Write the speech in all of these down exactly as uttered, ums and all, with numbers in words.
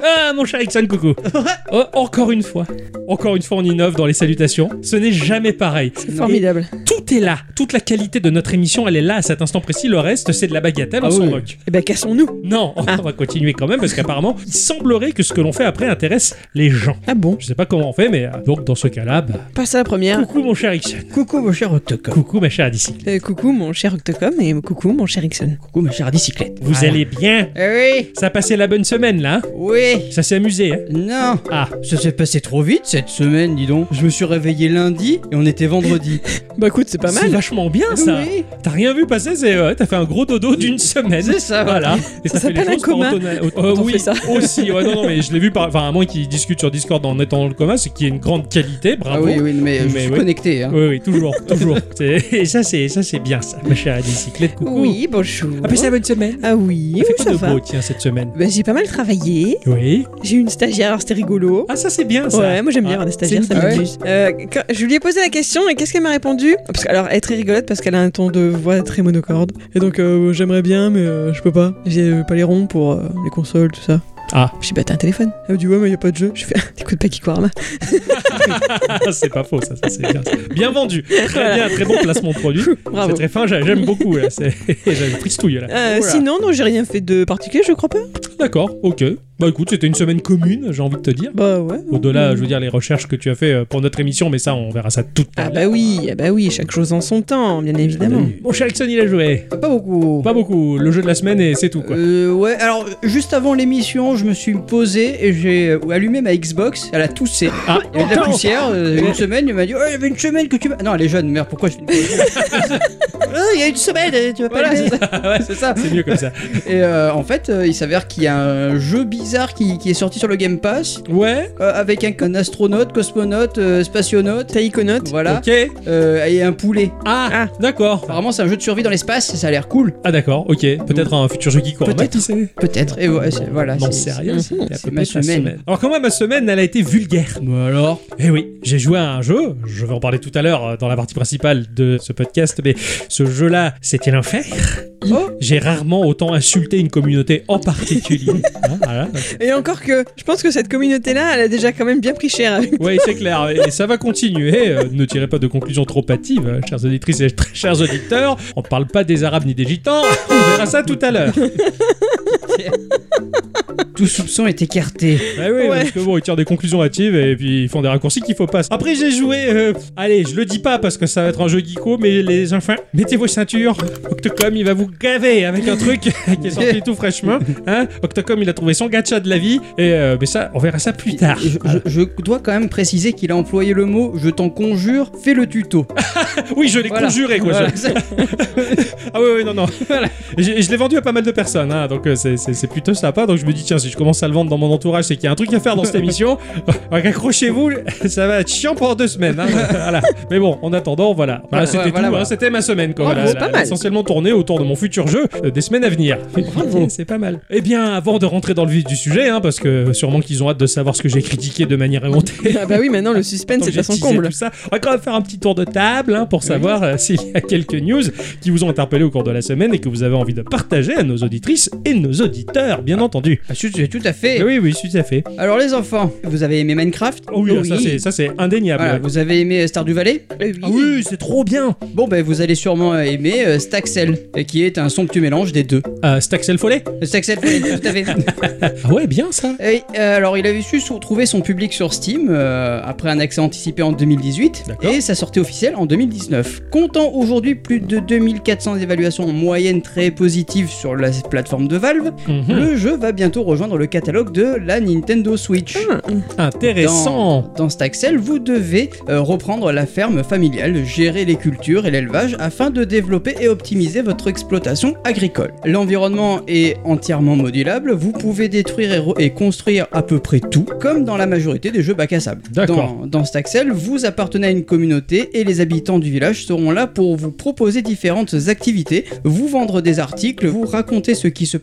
Ah, mon cher Ixon, coucou. Oh, encore une fois. Encore une fois, on innove dans les salutations. Ce n'est jamais pareil. C'est formidable. Et tout est là. Toute la qualité de notre émission, elle est là à cet instant précis. Le reste, c'est de la bagatelle, on Ah s'en oui. moque. Eh ben, cassons-nous. Non, Ah. on va continuer quand même parce qu'apparemment, il semblerait que ce que l'on fait après intéresse les gens. Ah bon? Je sais pas comment on fait, mais euh, donc dans ce cas-là, bah, Passe à la première. coucou mon cher Ixon. Coucou mon cher Octocom. Coucou ma chère Adici. Euh, coucou mon cher Octocom et coucou mon cher Ixon. Coucou ma chère bicyclette. Vous Voilà. allez bien? Eh oui. Ça a passé la bonne semaine là, hein? Oui. Ça s'est amusé, hein? Non. Ah, Ça s'est passé trop vite cette semaine, dis donc. Je me suis réveillé lundi et on était vendredi. Bah écoute, c'est pas c'est mal. vachement bien ça. Oui. T'as rien vu passer, c'est ouais, t'as fait un gros dodo d'une semaine. C'est ça. Voilà. Et Ça t'as fait les s'appelle un choses par coma. autona- au- Quand euh, on oui, fait ça. aussi. Ouais, non, non, mais je l'ai vu par. Enfin, à moins qu'ils discutent sur Discord en étant dans le coma, c'est qu'il y a une grande qualité. Ah Bravo. oui, oui, mais, je Mais suis oui. connecté. Hein. Oui, oui, toujours, toujours. C'est- Et ça, c'est ça, c'est bien ça, ma chère bicyclette. Coucou. Oui, bonjour. Ah, passé la bonne semaine. Ah oui, Ça fait oui, quoi ça de va. beau, tiens, cette semaine. Bah, j'ai pas mal travaillé. Oui. J'ai eu une stagiaire, alors c'était rigolo. Ah, ça, c'est bien ça. Ouais, moi j'aime bien Ah, avoir des stagiaires, c'est ça une- m'amuse. Euh, quand- je lui ai posé la question et qu'est-ce qu'elle m'a répondu? Parce que, alors, elle est très rigolote parce qu'elle a un ton de voix très monocorde. Et donc, euh, j'aimerais bien, mais euh, je peux pas. J'ai euh, pas les ronds pour euh, les consoles, tout ça. Ah. Je dis, bah t'as un téléphone. Elle me dit, ouais, mais y a pas de jeu. Je fais, t'écoutes pas Kikorama. c'est pas faux, ça, ça c'est bien. Bien vendu. Très bien, très bon placement de produit. Bravo. C'est très fin, j'a- j'aime beaucoup. Là. C'est... J'avais pris ce touille là. Euh, Oula. sinon, non, j'ai rien fait de particulier, je crois pas. D'accord, ok. Bah écoute, c'était une semaine commune, j'ai envie de te dire. Bah ouais. Au-delà, je veux dire, les recherches que tu as fait euh, pour notre émission, mais ça, on verra ça tout à Ah l'heure. bah oui, ah bah oui, chaque chose en son temps, bien évidemment. Mon cher Ixon, il a joué. Pas beaucoup. Pas beaucoup. Le jeu de la semaine et c'est tout quoi. Euh, ouais, alors juste avant l'émission, je me suis posé et j'ai euh, allumé ma Xbox. Elle a toussé. Ah, Il y avait de la attends. poussière. euh, une semaine, il m'a dit, oh, il y avait une semaine que tu m'as. Non, elle est jeune, merde, pourquoi je fais une Ah, il y a une semaine, euh, tu vas pas Voilà, allumer. c'est ça. Ouais, c'est ça. C'est mieux comme ça. Et euh, en fait, euh, il s'avère qu'il y a un jeu bizarre qui, qui est sorti sur le Game Pass Ouais. euh, avec un, un astronaute, cosmonaute, euh, spationaute. Taïkonote. Voilà. Ok. Euh, et un poulet. Ah, Ah. d'accord. Apparemment, c'est un jeu de survie dans l'espace et ça a l'air cool. Ah d'accord, ok. Peut-être un futur jeu qui court. Peut-être. Qui sait. Peut-être. Et ouais, c'est- voilà. Non, c'est- sérieux, c'est- c'était à c'est peu ma près ta semaine. Alors comment ma semaine, elle a été vulgaire. Bon, alors. Eh oui, j'ai joué à un jeu, je vais en parler tout à l'heure euh, dans la partie principale de ce podcast, mais ce jeu-là, c'était l'enfer. Oh. J'ai rarement autant insulté une communauté en particulier. Hein, voilà. Et encore que, je pense que cette communauté-là, elle a déjà quand même bien pris cher avec. Oui, c'est clair, et ça va continuer. Euh, ne tirez pas de conclusions trop hâtives, euh, chères auditrices et très chers auditeurs. On parle pas des Arabes ni des Gitans, on verra ça tout à l'heure. Tout soupçon est écarté. Ah oui, Ouais. parce que bon, ils tirent des conclusions hâtives et puis ils font des raccourcis qu'il faut pas. Après, j'ai joué. euh, allez, je le dis pas parce que ça va être un jeu geeko, mais les enfants, mettez vos ceintures. Octocom, il va vous gaver avec un truc qui est sorti tout fraîchement. Hein Octocom, il a trouvé son gacha de la vie. Et euh, mais ça, on verra ça plus tard. Je, je- je dois quand même préciser qu'il a employé le mot je t'en conjure, fais le tuto. Oui, je l'ai Voilà. conjuré, quoi. Voilà. Je- Ah oui, oui, non, non. Et j'ai- et je l'ai vendu à pas mal de personnes, hein, donc euh, c'est- c'est c'est plutôt sympa. Donc je me dis, tiens, si je commence à le vendre dans mon entourage, c'est qu'il y a un truc à faire dans cette émission. Donc accrochez-vous, ça va être chiant pendant deux semaines. Hein, voilà. Mais bon, en attendant, voilà. Voilà, Voilà, c'était voilà, tout, voilà. hein, c'était ma semaine. Quoi. Bravo, Voilà, c'est pas elle a mal. essentiellement tourné autour de mon futur jeu euh, des semaines à venir. c'est pas mal. Eh bien, avant de rentrer dans le vif du sujet, hein, parce que sûrement qu'ils ont hâte de savoir ce que j'ai critiqué de manière émontée. Ah bah oui, maintenant le suspense Tant c'est que à j'ai son teasé comble. tout ça, on va quand même faire un petit tour de table hein, pour savoir euh, s'il y a quelques news qui vous ont interpellé au cours de la semaine et que vous avez envie de partager à nos auditrices et nos auditeurs, bien entendu. Ah, tout, tout à fait. Oui, oui, tout à fait. Alors les enfants, vous avez aimé Minecraft? Oh oui, ça c'est ça c'est indéniable. Voilà, ouais. vous avez aimé Stardew Valley? Eh Ah oui, c'est trop bien. Bon ben vous allez sûrement aimer euh, Staxel, euh, qui est un somptueux mélange des deux. Euh, Staxel Follet. Euh, Staxel, oui, tout à fait. Ah ouais, bien ça. Et, euh, alors il avait su sou- trouver son public sur Steam euh, après un accès anticipé en deux mille dix-huit D'accord. et sa sortie officielle en deux mille dix-neuf. Comptant aujourd'hui plus de deux mille quatre cents évaluations en moyenne très positives sur la plateforme de Valve, Mhm. le jeu va bientôt rejoindre le catalogue de la Nintendo Switch. Intéressant. Dans, dans Staxel, vous devez euh, reprendre la ferme familiale, gérer les cultures et l'élevage afin de développer et optimiser votre exploitation agricole. L'environnement est entièrement modulable, vous pouvez détruire et, re- et construire à peu près tout, comme dans la majorité des jeux bac à sable. D'accord. Dans, dans Staxel, vous appartenez à une communauté et les habitants du village seront là pour vous proposer différentes activités, vous vendre des articles, vous raconter ce qui se passe dans le coin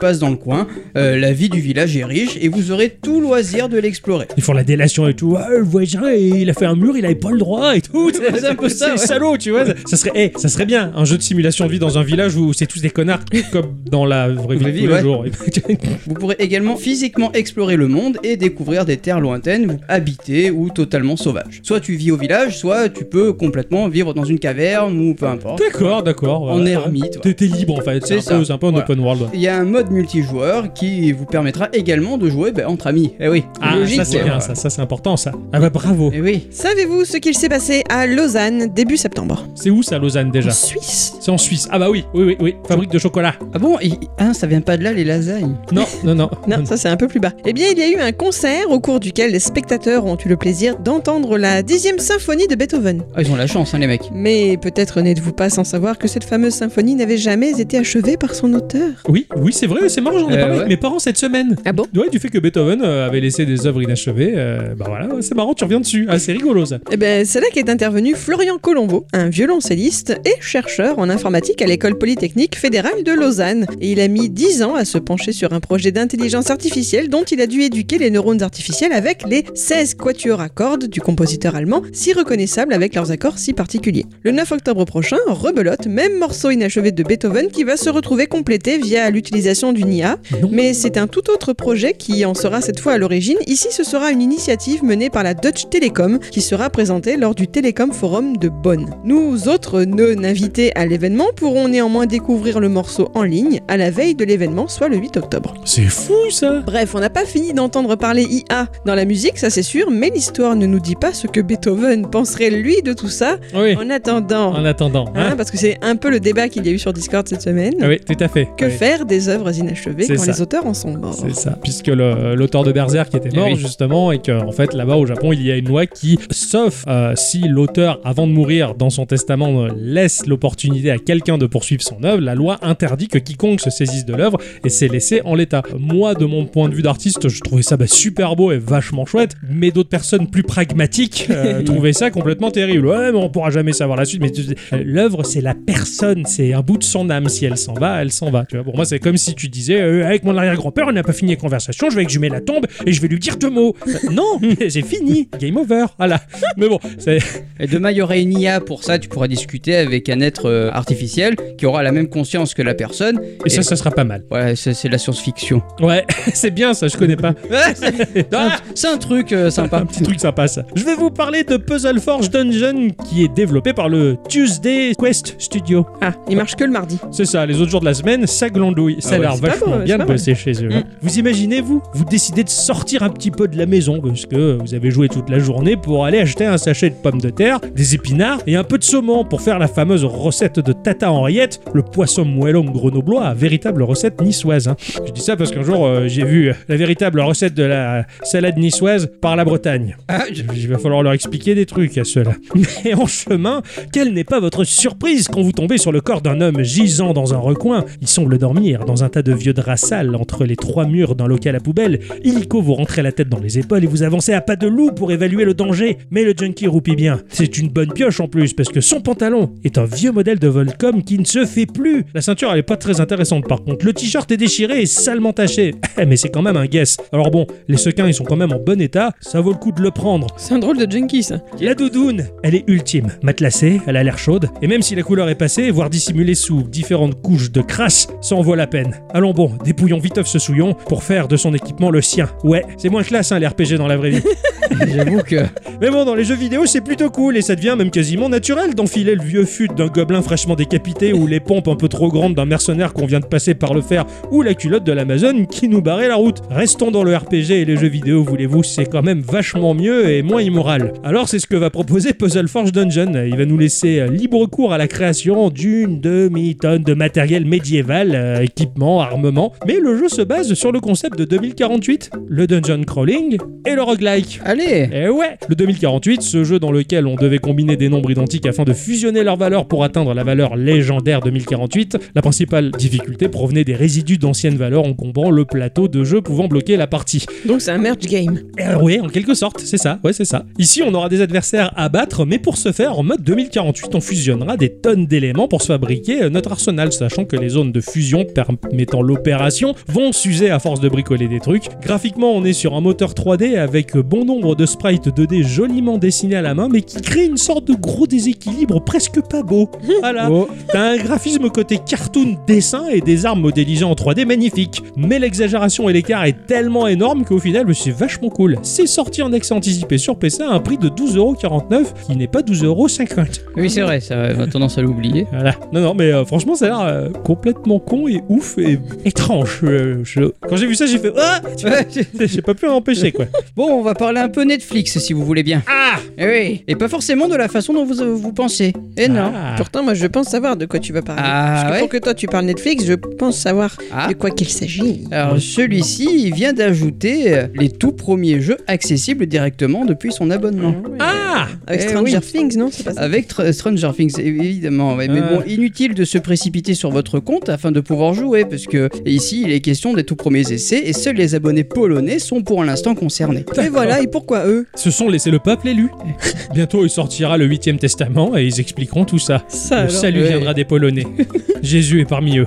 coin. Euh, la vie du village est riche et vous aurez tout loisir de l'explorer. Ils font la délation et tout. Ah, le voisin, il a fait un mur, il avait pas le droit et tout. C'est un peu ça, C'est ouais. salaud, tu vois. Ça serait, hey, ça serait bien un jeu de simulation de vie dans un village où c'est tous des connards, comme dans la vraie vie de vie, tous les ouais. jours. Vous pourrez également physiquement explorer le monde et découvrir des terres lointaines, ou habitées ou totalement sauvages. Soit tu vis au village, soit tu peux complètement vivre dans une caverne ou peu importe. D'accord, d'accord. En voilà. ermite, ouais. T'es t'es libre en fait. C'est C'est un, peu- ça. c'est un peu un Voilà. open world. Il y a un mode multijoueur qui vous permettra également de jouer bah, entre amis. Eh oui. Ah, Logique, ça c'est ouais. bien, ça, ça c'est important ça. Ah bah bravo. Eh oui. Savez-vous ce qu'il s'est passé à Lausanne début septembre? C'est où ça, Lausanne déjà? En Suisse. C'est en Suisse. Ah bah oui, oui, oui, oui. Fabrique de chocolat. Ah bon, il- ah, ça vient pas de là les lasagnes. Non, non, non. Non, ça c'est un peu plus bas. Eh bien, il y a eu un concert au cours duquel les spectateurs ont eu le plaisir d'entendre la dixième symphonie de Beethoven. Ah, ils ont la chance, hein, les mecs. Mais peut-être n'êtes-vous pas sans savoir que cette fameuse symphonie n'avait jamais été achevée par son auteur. Oui, oui, c'est vrai, c'est marrant, j'en ai Euh, parlé avec ouais. mes parents cette semaine. Ah bon? Ouais, du fait que Beethoven euh, avait laissé des œuvres inachevées. euh, bah voilà, c'est marrant, tu reviens dessus. Ah, c'est rigolo ça. Eh bien, c'est là qu'est intervenu Florian Colombo, un violoncelliste et chercheur en informatique à l'école polytechnique fédérale de Lausanne. Et il a mis dix ans à se pencher sur un projet d'intelligence artificielle dont il a dû éduquer les neurones artificiels avec les seize quatuors à cordes du compositeur allemand, si reconnaissables avec leurs accords si particuliers. Le neuf octobre prochain, rebelote, même morceau inachevé de Beethoven qui va se retrouver complété via l'utilisation d'une I A. Non. Mais c'est un tout autre projet qui en sera cette fois à l'origine. Ici, ce sera une initiative menée par la Deutsche Telekom qui sera présentée lors du Telecom Forum de Bonn. Nous autres non-invités à l'événement pourrons néanmoins découvrir le morceau en ligne à la veille de l'événement, soit le huit octobre. C'est fou ça. Bref, on n'a pas fini d'entendre parler I A dans la musique, ça c'est sûr, mais l'histoire ne nous dit pas ce que Beethoven penserait lui de tout ça. Oui. En attendant, En attendant, hein, hein. parce que c'est un peu le débat qu'il y a eu sur Discord cette semaine. Ah oui, tout à fait. Que Oui. faire des œuvres inachevées C'est quand ça. les auteurs en sont morts? C'est ça, puisque le- l'auteur de Berserk était Eh mort oui. justement et qu'en fait là-bas au Japon il y a une loi qui, sauf euh, si l'auteur avant de mourir dans son testament euh, laisse l'opportunité à quelqu'un de poursuivre son œuvre, la loi interdit que quiconque se saisisse de l'œuvre et c'est laissé en l'état. Moi de mon point de vue d'artiste je trouvais ça bah, super beau et vachement chouette, mais d'autres personnes plus pragmatiques euh, trouvaient ça complètement terrible. Ouais mais on pourra jamais savoir la suite, mais tu- euh, l'œuvre c'est la personne, c'est un bout de son âme, si elle s'en va, elle s'en va. Tu vois, pour moi c'est comme si tu disais euh, avec mon arrière-grand-père on n'a pas fini les conversations, je vais exhumer la tombe et je vais lui dire deux mots. Euh, non, c'est fini, game over, voilà. Mais bon, c'est... Et demain, il y aurait une I A pour ça, tu pourras discuter avec un être euh, artificiel qui aura la même conscience que la personne. Et ça, ça sera pas mal. Ouais, c'est c'est la science-fiction. Ouais, c'est bien ça, je connais pas. Ah, C'est un truc euh, un sympa. petit truc sympa ça. Je vais vous parler de Puzzle Forge Dungeon qui est développé par le Tuesday Quest Studio. Ah, il marche que le mardi. C'est ça, les autres jours de la semaine, ça glandouille. Ça a Ah ouais, l'air c'est pas vachement bon, bien c'est de pas bosser chez eux. hein. Vous imaginez, vous, vous décidez de sortir un petit peu de la maison parce que vous avez joué toute la journée pour aller acheter un sachet de pommes de terre, des épinards et un peu de saumon pour faire la fameuse recette de Tata Henriette, le poisson moellon grenoblois, véritable recette niçoise. hein. Je dis ça parce qu'un jour, euh, j'ai vu la véritable recette de la salade niçoise par la Bretagne. Ah, je- Il va falloir leur expliquer des trucs à ceux-là. Mais en chemin, quelle n'est pas votre surprise quand vous tombez sur le corps d'un homme gisant dans un recoin? Il semble dormir dans un tas de vieux draps sales entre les trois murs d'un local à poubelle. Illico vous rentrez la tête dans les épaules et vous avancez à pas de loup pour évaluer le danger. Mais le junkie roupit bien. C'est une bonne pioche en plus parce que son pantalon est un vieux modèle de Volcom qui ne se fait plus. La ceinture elle est pas très intéressante par contre. Le t-shirt est déchiré et salement taché. Mais c'est quand même un guess. Alors bon, les sequins ils sont quand même en bon état. Ça vaut le coup de le prendre. C'est un drôle de junkie, ça. La doudoune, elle est ultime. Matelassée, elle a l'air chaude, et même si la couleur est passée, voire dissimulée sous différentes couches de crasse, ça en vaut la peine. Allons bon, dépouillons viteuf ce souillon pour faire de son équipement le sien. Ouais, c'est moins classe hein, les R P G dans la vraie vie. J'avoue que. Mais bon, dans les jeux vidéo, c'est plutôt cool, et ça devient même quasiment naturel d'enfiler le vieux fut d'un gobelin fraîchement décapité, ou les pompes un peu trop grandes d'un mercenaire qu'on vient de passer par le fer, ou la culotte de l'Amazon qui nous barrait la route. Restons dans le R P G et les jeux vidéo, voulez-vous, c'est quand même vachement mieux et moins immoral. Alors c'est ce que va proposer Puzzle Forge Dungeon. Il va nous laisser libre cours à la création d'une demi-tonne de matériel médiéval, euh, équipement, armement, mais le jeu se base sur le concept de deux mille quarante-huit, le dungeon crawling et le roguelike. Allez. Et ouais, le deux mille quarante-huit, ce jeu dans lequel on devait combiner des nombres identiques afin de fusionner leurs valeurs pour atteindre la valeur légendaire deux mille quarante-huit, la principale difficulté provenait des résidus d'anciennes valeurs encombrant le plateau de jeu pouvant bloquer la partie. Donc c'est un merge game. Eh oui, en quelque sorte, c'est ça, ouais c'est ça. Ici on aura des adversaires à battre, mais pour ce faire, en mode deux mille quarante-huit, on fusionnera des tonnes d'éléments pour se fabriquer euh, notre arsenal, sachant que les zones de fusion permettant l'opération génération vont s'user à force de bricoler des trucs. Graphiquement, on est sur un moteur trois D avec bon nombre de sprites deux D joliment dessinés à la main, mais qui créent une sorte de gros déséquilibre presque pas beau. Voilà. Oh. T'as un graphisme côté cartoon dessin et des armes modélisées en trois D magnifiques. Mais l'exagération et l'écart est tellement énorme qu'au final, c'est vachement cool. C'est sorti en accès anticipé sur P C à un prix de douze euros quarante-neuf, qui n'est pas douze euros cinquante. Oui, c'est vrai, ça on a tendance à l'oublier. Voilà. Non, non, mais euh, franchement, ça a l'air euh, complètement con et ouf et étrange. Euh, je- Quand j'ai vu ça, j'ai fait ah, j'ai pas pu m'empêcher quoi. Bon, on va parler un peu Netflix si vous voulez bien. Ah, Eh oui, et pas forcément de la façon dont vous, vous pensez. Eh non. Ah. Pourtant, moi, je pense savoir de quoi tu vas parler. Ah, Parce que ouais pour que toi, tu parles Netflix, je pense savoir Ah. de quoi qu'il s'agit. Alors celui-ci, il vient d'ajouter euh, les tout premiers jeux accessibles directement depuis son abonnement. Ah, Avec Eh Stranger oui. Things, non? C'est pas ça? Avec Tr- Stranger Things, évidemment. Ouais. Mais Ah. bon, inutile de se précipiter sur votre compte afin de pouvoir jouer, parce que ici, il est question des tout premiers essais et seuls les abonnés polonais sont pour l'instant concernés. Et voilà, et pourquoi eux? ce sont les, c'est le peuple élu. Bientôt, il sortira le huitième testament et ils expliqueront tout ça. Ça Le alors. salut ouais. viendra des Polonais. Jésus est parmi eux.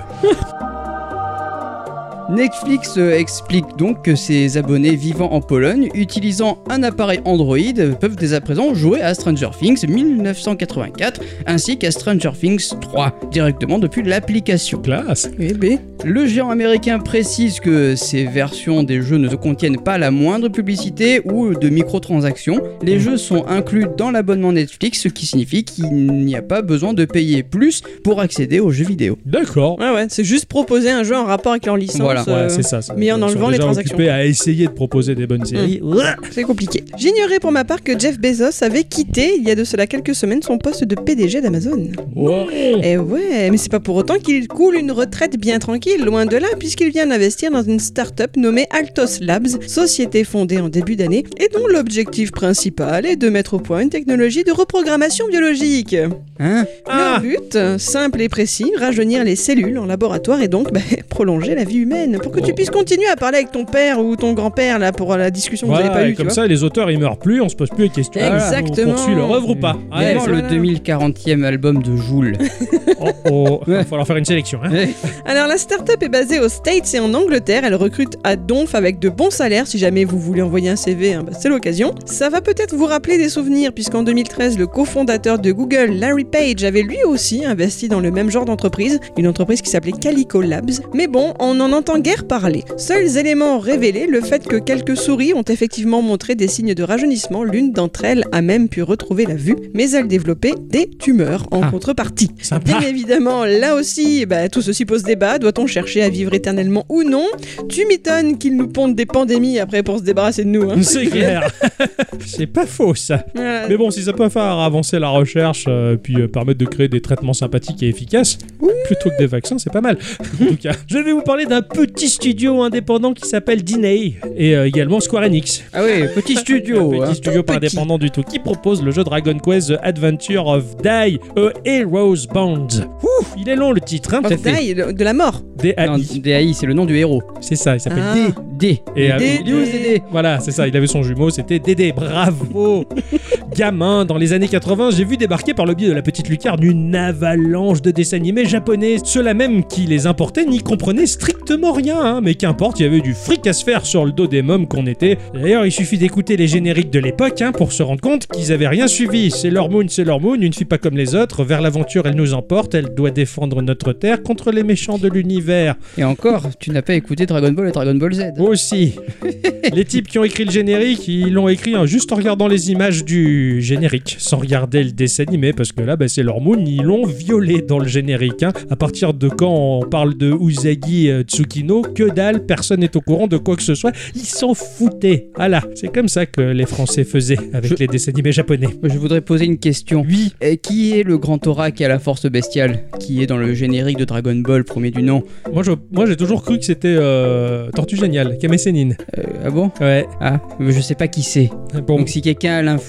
Netflix euh, explique donc que ses abonnés vivant en Pologne, utilisant un appareil Android, peuvent dès à présent jouer à Stranger Things mille neuf cent quatre-vingt-quatre ainsi qu'à Stranger Things trois, directement depuis l'application. Classe. Eh ben, Le géant américain précise que ces versions des jeux ne contiennent pas la moindre publicité ou de microtransactions. Les jeux sont inclus dans l'abonnement Netflix, ce qui signifie qu'il n'y a pas besoin de payer plus pour accéder aux jeux vidéo. D'accord. ouais, ouais, c'est juste proposer un jeu en rapport avec leur licence. Voilà. euh, Ouais, c'est ça. ça. mais en Ils sont enlevant les déjà transactions. occupés à essayer de proposer des bonnes séries. C'est compliqué. J'ignorais pour ma part que Jeff Bezos avait quitté, il y a de cela quelques semaines, son poste de P D G d'Amazon. Wow. Et ouais, mais c'est pas pour autant qu'il coule une retraite bien tranquille, loin de là, puisqu'il vient d'investir dans une start-up nommée Altos Labs, société fondée en début d'année, et dont l'objectif principal est de mettre au point une technologie de reprogrammation biologique. Hein Ah. Leur but, simple et précis, rajeunir les cellules en laboratoire et donc bah, prolonger la vie humaine, pour que tu Oh. puisses continuer à parler avec ton père ou ton grand-père là pour la discussion que vous Voilà, n'avez pas et eue. comme tu ça, les auteurs ils meurent plus, on se pose plus les questions. Exactement. On poursuit leur œuvre ou pas. Il y a Allez, le voilà. deux mille quarantième album de Joule. oh, oh. Il va falloir faire une sélection. Hein. vois. Alors la start-up est basée aux States et en Angleterre, elle recrute à donf avec de bons salaires, si jamais vous voulez envoyer un C V, hein, bah, c'est l'occasion. Ça va peut-être vous rappeler des souvenirs, puisqu'en deux mille treize, le cofondateur de Google, Larry Page, avait lui aussi investi dans le même genre d'entreprise, une entreprise qui s'appelait Calico Labs. Mais bon, on n'en entend guère parler. Seuls éléments révélés, le fait que quelques souris ont effectivement montré des signes de rajeunissement, l'une d'entre elles a même pu retrouver la vue, mais elle développait des tumeurs en Ah. contrepartie. Sympa. Bien évidemment, là aussi, bah, tout ceci pose débat. Doit-on chercher à vivre éternellement ou non? Tu m'étonnes qu'ils nous pondent des pandémies après pour se débarrasser de nous. Hein. C'est clair. C'est pas faux ça. Voilà. Mais bon, si ça peut faire avancer la recherche, euh, puis euh, permettre de créer des traitements sympathiques et efficaces, plutôt que des vaccins, c'est pas mal. En tout cas, je vais vous parler d'un petit studio indépendant qui s'appelle Diney et euh, également Square Enix. Ah oui, petit studio. Un hein. petit studio pas petit. indépendant du tout qui propose le jeu Dragon Quest The Adventure of Dai, a Hero's Bond. Ouh, il est long le titre, hein. Of die, de, de la mort. D A Non, I. D A I, c'est le nom du héros. C'est ça, il s'appelle Ah. D. D. Et D. avec- News Dédé. Voilà, c'est ça, il avait son jumeau, c'était Dédé, bravo. Gamin, dans les années quatre-vingts, j'ai vu débarquer par le biais de la petite lucarne une avalanche de dessins animés japonais. Ceux-là même qui les importaient n'y comprenaient strictement rien, hein, mais qu'importe, il y avait du fric à se faire sur le dos des mômes qu'on était. D'ailleurs, il suffit d'écouter les génériques de l'époque hein, pour se rendre compte qu'ils avaient rien suivi. C'est leur moon, c'est leur moon, une fille pas comme les autres, vers l'aventure elle nous emporte, elle doit défendre notre terre contre les méchants de l'univers. Et encore, tu n'as pas écouté Dragon Ball et Dragon Ball Z. Aussi, les types qui ont écrit le générique, ils l'ont écrit hein, juste en regardant les images du générique, sans regarder le dessin animé, parce que là, bah, c'est leur moon, ils l'ont violé dans le générique. Hein. À partir de quand on parle de Usagi euh, Tsukino, que dalle, personne n'est au courant de quoi que ce soit, ils s'en foutaient. Voilà, c'est comme ça que les Français faisaient avec Je- les dessins animés japonais. Je voudrais poser une question. Oui, Et qui est le grand aura qui a la force bestiale, qui est dans le générique de Dragon Ball, premier du nom? moi, je- moi j'ai toujours cru que c'était euh, Tortue Géniale, Kame Sennin. Euh, ah bon? Ouais, Ah, je sais pas qui c'est. pour, Donc si quelqu'un a l'info, pour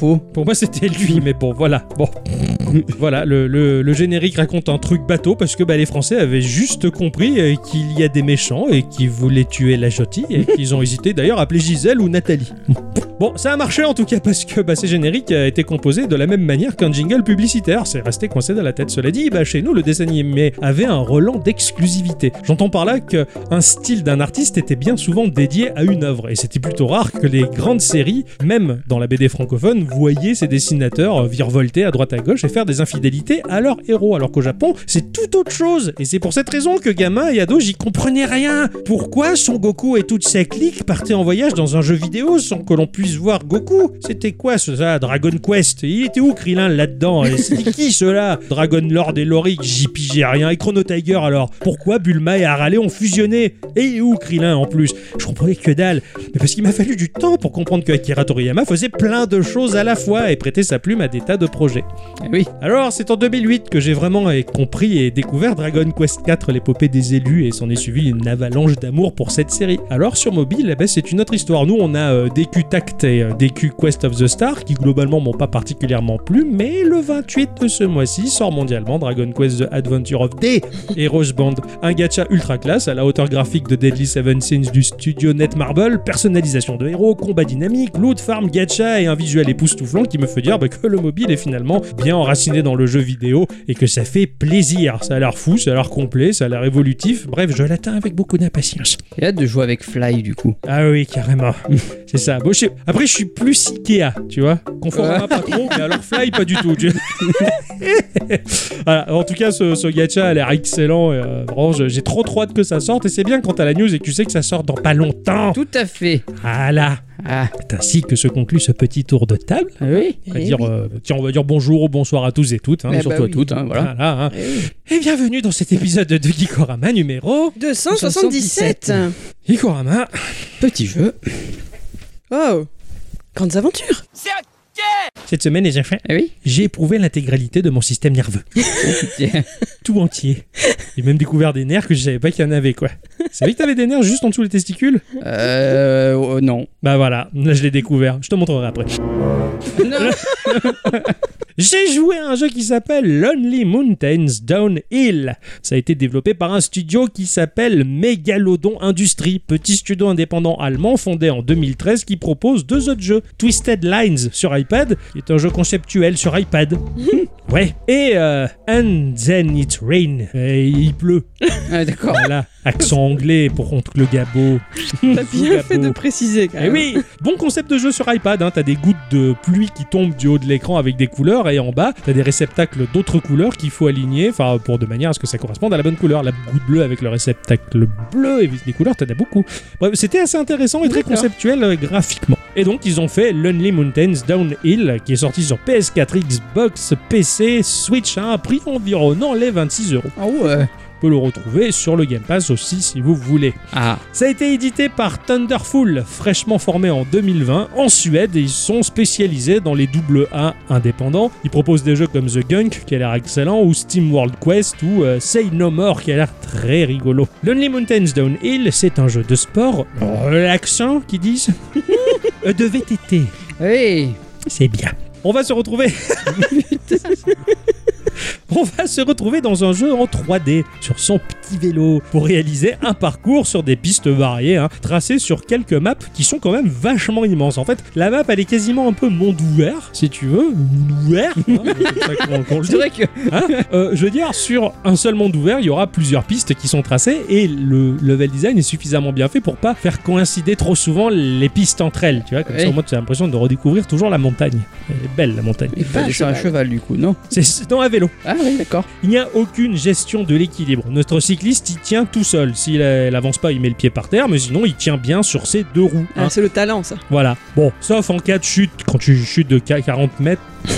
Pour moi, c'était lui, mais bon, voilà. Bon. Voilà, le, le, le générique raconte un truc bateau parce que bah, les Français avaient juste compris euh, qu'il y a des méchants et qu'ils voulaient tuer la gentille et qu'ils ont hésité d'ailleurs à appeler Gisèle ou Nathalie. Bon, ça a marché en tout cas parce que bah, ces génériques a été composé de la même manière qu'un jingle publicitaire. C'est resté coincé dans la tête. Cela dit, bah, chez nous, le dessin animé avait un relent d'exclusivité. J'entends par là qu'un style d'un artiste était bien souvent dédié à une œuvre et c'était plutôt rare que les grandes séries, même dans la B D francophone, voyaient ces dessinateurs virevolter à droite à gauche et faire des infidélités à leurs héros, alors qu'au Japon, c'est tout autre chose. Et c'est pour cette raison que gamin et ado, j'y comprenais rien. Pourquoi Son Goku et toute sa clique partaient en voyage dans un jeu vidéo sans que l'on puisse voir Goku? C'était quoi ça, Dragon Quest? Il était où Krillin là-dedans? C'était qui ceux-là? Dragon Lord et Lorik, j'y pigeais rien. Et Chrono Tiger alors? Pourquoi Bulma et Harale ont fusionné? Et où Krillin en plus? Je comprenais que dalle. Mais parce qu'il m'a fallu du temps pour comprendre que Akira Toriyama faisait plein de choses à la fois et prêtait sa plume à des tas de projets. Oui. Alors, c'est en deux mille huit que j'ai vraiment compris et découvert Dragon Quest quatre, l'épopée des élus, et s'en est suivi une avalanche d'amour pour cette série. Alors, sur mobile, eh ben, c'est une autre histoire. Nous, on a euh, D Q Tact et euh, D Q Quest of the Star, qui globalement m'ont pas particulièrement plu, mais le vingt-huit de ce mois-ci sort mondialement Dragon Quest The Adventure of D Heroes Band, un gacha ultra classe à la hauteur graphique de Deadly Seven Sins du studio Netmarble, personnalisation de héros, combat dynamique, loot, farm, gacha et un visuel époustouflant qui me fait dire bah, que le mobile est finalement bien enraciné dans le jeu vidéo et que ça fait plaisir. Ça a l'air fou, ça a l'air complet, ça a l'air évolutif. Bref, je l'attends avec beaucoup d'impatience. J'ai hâte de jouer avec Fly du coup. Ah oui, carrément. C'est ça. Bon, je sais... Après, je suis plus Ikea, tu vois. Conformément pas trop, mais alors Fly, pas du tout. Tu... voilà. En tout cas, ce, ce gacha a l'air excellent. Et, euh, vraiment, j'ai trop trop hâte que ça sorte. Et c'est bien quand t'as la news et que tu sais que ça sort dans pas longtemps. Tout à fait. Voilà. Ah. C'est ainsi que se conclut ce petit tour de table. Ah oui. On va, Eh dire, oui. euh, tiens, on va dire bonjour ou bonsoir à tous et toutes, hein, Eh et surtout bah à oui. toutes. Hein, voilà. Voilà, hein. Eh oui. Et bienvenue dans cet épisode de Geekorama numéro deux cent soixante-dix-sept. Geekorama. Petit jeu. Oh, grandes aventures. Cette semaine, les enfants, Ah oui. j'ai éprouvé l'intégralité de mon système nerveux. Tiens. Tout entier. J'ai même découvert des nerfs que je savais pas qu'il y en avait, quoi. Tu savais que t'avais des nerfs juste en dessous des testicules? Euh. oh, non. Bah voilà, là je l'ai découvert. Je te montrerai après. Non. J'ai joué à un jeu qui s'appelle Lonely Mountains Downhill. Ça a été développé par un studio qui s'appelle Megalodon Industries, petit studio indépendant allemand fondé en deux mille treize qui propose deux autres jeux. Twisted Lines sur iPad, qui est un jeu conceptuel sur iPad. Ouais. Et euh, And Then It Rain. Et il pleut. Ah, d'accord. Voilà. Accent anglais pour contre le gabo. T'as bien Gabo. fait de préciser quand Eh même. oui, bon concept de jeu sur iPad, hein. T'as des gouttes de pluie qui tombent du haut de l'écran avec des couleurs et en bas t'as des réceptacles d'autres couleurs qu'il faut aligner, enfin pour de manière à ce que ça corresponde à la bonne couleur. La goutte bleue avec le réceptacle bleu et des couleurs t'en as beaucoup. Bref, c'était assez intéressant et très D'accord. conceptuel euh, graphiquiquement. Et donc ils ont fait Lonely Mountains Downhill qui est sorti sur P S quatre, Xbox, P C, Switch à un prix environnant les vingt-six euros. Ah ouais. On peut le retrouver sur le Game Pass aussi si vous voulez. Ah. Ça a été édité par Thunderful, fraîchement formé en deux mille vingt en Suède et ils sont spécialisés dans les double A indépendants. Ils proposent des jeux comme The Gunk qui a l'air excellent ou Steam World Quest ou euh, Say No More qui a l'air très rigolo. Lonely Mountains Downhill, c'est un jeu de sport relaxant qui disent euh, de V T T. Oui. C'est bien. On va se retrouver. On va se retrouver dans un jeu en trois D sur son petit vélo pour réaliser un parcours sur des pistes variées, hein, tracées sur quelques maps qui sont quand même vachement immenses. En fait, la map elle est quasiment un peu monde ouvert, si tu veux, monde ouvert. Hein, c'est comme ça qu'on- qu'on le dit. C'est vrai que. Hein Euh, je veux dire, sur un seul monde ouvert, il y aura plusieurs pistes qui sont tracées et le level design est suffisamment bien fait pour pas faire coïncider trop souvent les pistes entre elles. Tu vois, comme Oui. ça, au moins, tu as l'impression de redécouvrir toujours la montagne. Elle est belle, la montagne. Il fallait un sur un cheval. cheval du coup, non? C'est c'est dans un vélo. Ah oui, d'accord. Il n'y a aucune gestion de l'équilibre. Notre cycliste, il tient tout seul. S'il euh, il avance pas, il met le pied par terre, mais sinon, il tient bien sur ses deux roues. hein. Ah, c'est le talent ça. Voilà. Bon, sauf en cas de chute, quand tu chutes de quarante mètres.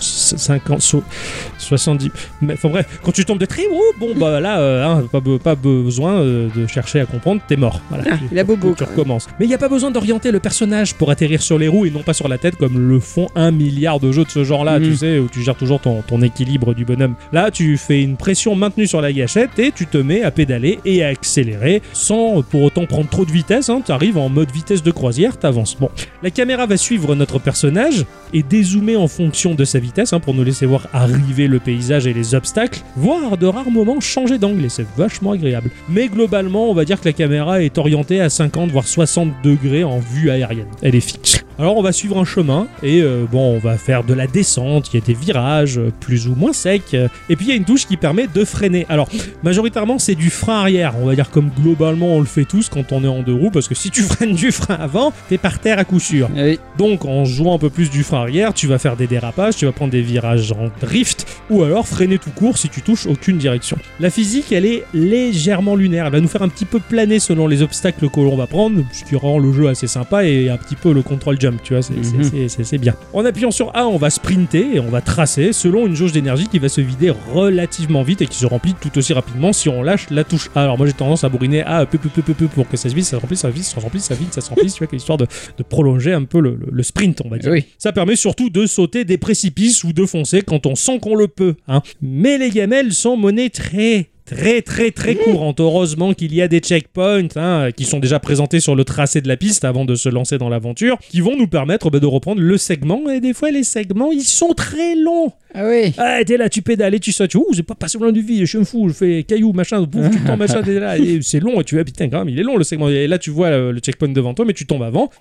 cinquante, so- soixante-dix. Mais enfin bref, quand tu tombes de très haut, bon bah là, euh, hein, pas, be- pas besoin euh, de chercher à comprendre, t'es mort. Voilà, Ah, tu, il a bobo, tu quand même. recommences. Mais il n'y a pas besoin d'orienter le personnage pour atterrir sur les roues et non pas sur la tête comme le font un milliard de jeux de ce genre-là, Mhm. tu sais, où tu gères toujours ton, ton équilibre du bonhomme. Là, tu fais une pression maintenue sur la gâchette et tu te mets à pédaler et à accélérer sans pour autant prendre trop de vitesse. Hein. Tu arrives en mode vitesse de croisière, t'avances. Bon, la caméra va suivre notre personnage et dézoomer en fonction de sa vitesse hein, pour nous laisser voir arriver le paysage et les obstacles, voire de rares moments changer d'angle et c'est vachement agréable. Mais globalement, on va dire que la caméra est orientée à cinquante voire soixante degrés en vue aérienne. Elle est fixe. Alors on va suivre un chemin et euh, bon, on va faire de la descente, il y a des virages euh, plus ou moins secs euh, et puis il y a une touche qui permet de freiner. Alors majoritairement c'est du frein arrière, on va dire comme globalement on le fait tous quand on est en deux roues parce que si tu freines du frein avant, t'es par terre à coup sûr. Oui. Donc en jouant un peu plus du frein arrière, tu vas faire des dérapages, tu vas prendre des virages en drift ou alors freiner tout court si tu touches aucune direction. La physique elle est légèrement lunaire, elle va nous faire un petit peu planer selon les obstacles que l'on va prendre, ce qui rend le jeu assez sympa et un petit peu le control jump, tu vois, c'est, Mhm. c'est, c'est, c'est, c'est bien. En appuyant sur A, on va sprinter et on va tracer selon une jauge d'énergie qui va se vider relativement vite et qui se remplit tout aussi rapidement si on lâche la touche A. Alors moi j'ai tendance à bourriner A peu, peu, peu, peu, peu pour que ça se vide, ça se remplisse, ça se vide, ça se remplisse, ça se vide, ça se remplisse, tu vois, histoire de, de prolonger un peu le, le, le sprint, on va dire. Oui. Ça permet surtout de sauter des précipices ou de foncer quand on sent qu'on le peut. Hein. Mais les gamelles sont monnaie très très très très courante. Heureusement qu'il y a des checkpoints hein, qui sont déjà présentés sur le tracé de la piste avant de se lancer dans l'aventure, qui vont nous permettre bah, de reprendre le segment. Et des fois les segments ils sont très longs. Ah oui. Ah, t'es là, tu pédales et tu sautes. Ouh, j'ai pas passé loin du vide, je suis un fou, je fais caillou, machin, bouffe, tu tombes, machin, t'es là. Et c'est long et tu vas, putain, quand même, il est long le segment. Et là, tu vois le, le checkpoint devant toi, mais tu tombes avant.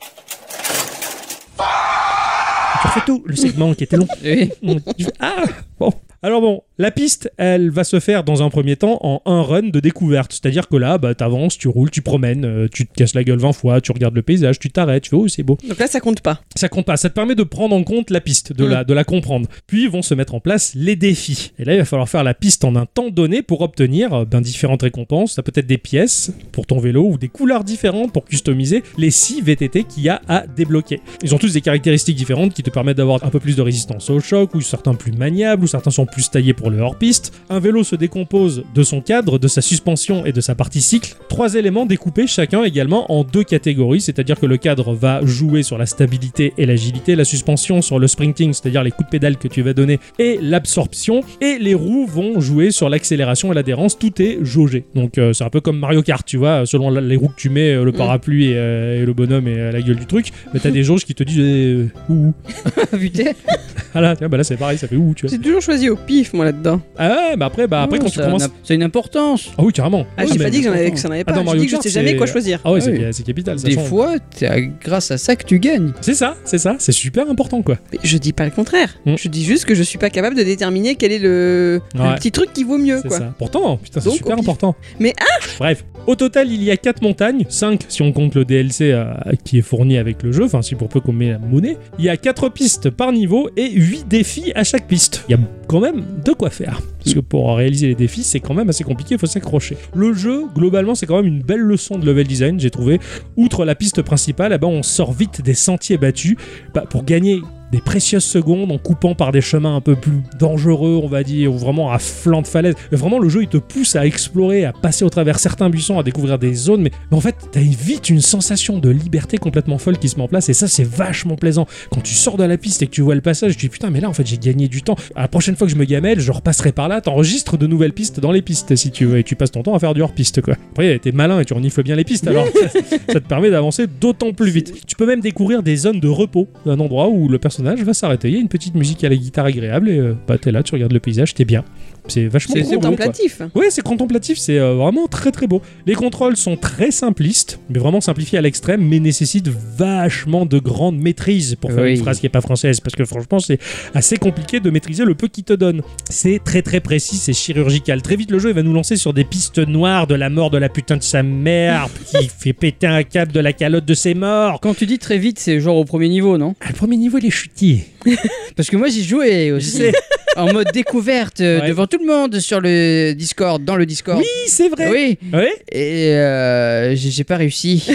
Tu refais tout, le segment qui était long. Oui. Ah, bon. Alors bon, la piste, elle va se faire dans un premier temps en un run de découverte. C'est-à-dire que là, bah, t'avances, tu roules, tu promènes, euh, tu te casses la gueule vingt fois, tu regardes le paysage, tu t'arrêtes, tu fais « Oh, c'est beau ». Donc là, ça compte pas. Ça compte pas, ça te permet de prendre en compte la piste, de, Mm. la, de la comprendre. Puis vont se mettre en place les défis. Et là, il va falloir faire la piste en un temps donné pour obtenir euh, ben, différentes récompenses. Ça peut être des pièces pour ton vélo ou des couleurs différentes pour customiser les six V T T qu'il y a à débloquer. Ils ont tous des caractéristiques différentes qui te permettent d'avoir un peu plus de résistance au choc, ou certains plus maniables, ou certains sont plus taillés pour le hors-piste. Un vélo se décompose de son cadre, de sa suspension et de sa partie cycle. Trois éléments découpés chacun également en deux catégories, c'est-à-dire que le cadre va jouer sur la stabilité et l'agilité, la suspension sur le sprinting, c'est-à-dire les coups de pédale que tu vas donner, et l'absorption, et les roues vont jouer sur l'accélération et l'adhérence. Tout est jaugé. Donc euh, c'est un peu comme Mario Kart, tu vois, selon la- les roues que tu mets, euh, le parapluie et, euh, et le bonhomme et euh, la gueule du truc, mais t'as des jauges qui te disent euh, ouh. Putain. Ah là, tiens, bah là c'est pareil, ça fait ouh, tu vois. J'ai toujours choisi au pif, moi, là-dedans. Ah ouais, bah après, bah après Non, quand tu ça a commences. une- C'est une importance. Ah oui, carrément. Ah, Ouais, j'ai mais- pas dit que j'en avais, que j'en avais Ah, pas. dans J'ai Mario dit que je Kart, sais jamais c'est- quoi choisir. Ah ouais, c'est, Ah oui. c'est capital. ça Des change. fois, c'est à- grâce à ça que tu gagnes. C'est ça, c'est ça, c'est super important quoi. Mais je dis pas le contraire. Mm. Je dis juste que je suis pas capable de déterminer quel est le, le Ouais. petit truc qui vaut mieux, C'est quoi. ça. Pourtant, putain, c'est Donc, super au pif. important. Mais Bref, au total, il y a quatre montagnes, cinq si on compte le D L C euh, qui est fourni avec le jeu, enfin si pour peu qu'on met la monnaie. Il y a quatre pistes par niveau et huit défis à chaque piste. Il y a quand même de quoi faire. Parce que pour réaliser les défis, c'est quand même assez compliqué, il faut s'accrocher. Le jeu, globalement, c'est quand même une belle leçon de level design, j'ai trouvé. Outre la piste principale, eh ben, on sort vite des sentiers battus bah, pour gagner des précieuses secondes en coupant par des chemins un peu plus dangereux, on va dire, ou vraiment à flanc de falaise. Mais vraiment, le jeu, il te pousse à explorer, à passer au travers certains buissons, à découvrir des zones, mais, mais en fait, t'as vite une sensation de liberté complètement folle qui se met en place, et ça, c'est vachement plaisant. Quand tu sors de la piste et que tu vois le passage, tu dis putain, mais là, en fait, j'ai gagné du temps. À la prochaine fois que je me gamelle, je repasserai par là, t'enregistres de nouvelles pistes dans les pistes, si tu veux, et tu passes ton temps à faire du hors-piste, quoi. Après, t'es malin et tu renifles bien les pistes, alors ça, ça te permet d'avancer d'autant plus vite. Tu peux même découvrir des zones de repos, un endroit où le personnage va s'arrêter. Il y a une petite musique à la guitare agréable et euh, bah, t'es là, tu regardes le paysage, t'es bien. C'est vachement C'est- cool. c'est beau, Contemplatif. Ouais, c'est contemplatif, c'est euh, vraiment très très beau. Les contrôles sont très simplistes, mais vraiment simplifiés à l'extrême, mais nécessitent vachement de grande maîtrise pour faire Oui. une phrase qui est pas française, parce que franchement, c'est assez compliqué de maîtriser le peu qu'il te donne. C'est très très précis, c'est chirurgical. Très vite, le jeu il va nous lancer sur des pistes noires de la mort de la putain de sa mère, qui fait péter un câble de la calotte de ses morts. Quand tu dis très vite, c'est genre au premier niveau, non? Ah, le premier niveau, il est chutier. Parce que moi, j'y jouais Je aussi. sais. En mode découverte euh, Ouais. devant tout le monde sur le Discord, dans le Discord. Oui, c'est vrai. Oui. Ouais. Et euh, j'ai j'ai pas réussi.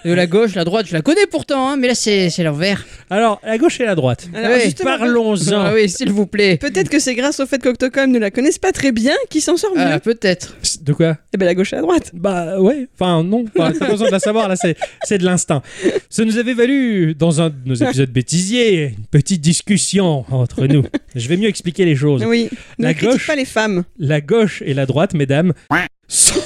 De la gauche, la droite, je la connais pourtant, hein, mais là c'est, c'est l'envers. Alors, la gauche et la droite. Alors, Ouais, justement, Parlons-en. Ah oui, s'il vous plaît. peut-être que c'est grâce au fait qu'Octocom ne la connaissent pas très bien qu'il s'en sort mieux. Ah, peut-être. De quoi? Eh ben la gauche et la droite. Bah ouais, enfin non, enfin, t'as pas besoin de la savoir, là c'est, c'est de l'instinct. Ça nous avait valu, dans un de nos épisodes bêtisiers, une petite discussion entre nous. Je vais mieux expliquer les choses. Oui. Ne La critique gauche- pas les femmes. La gauche et la droite, mesdames, sont,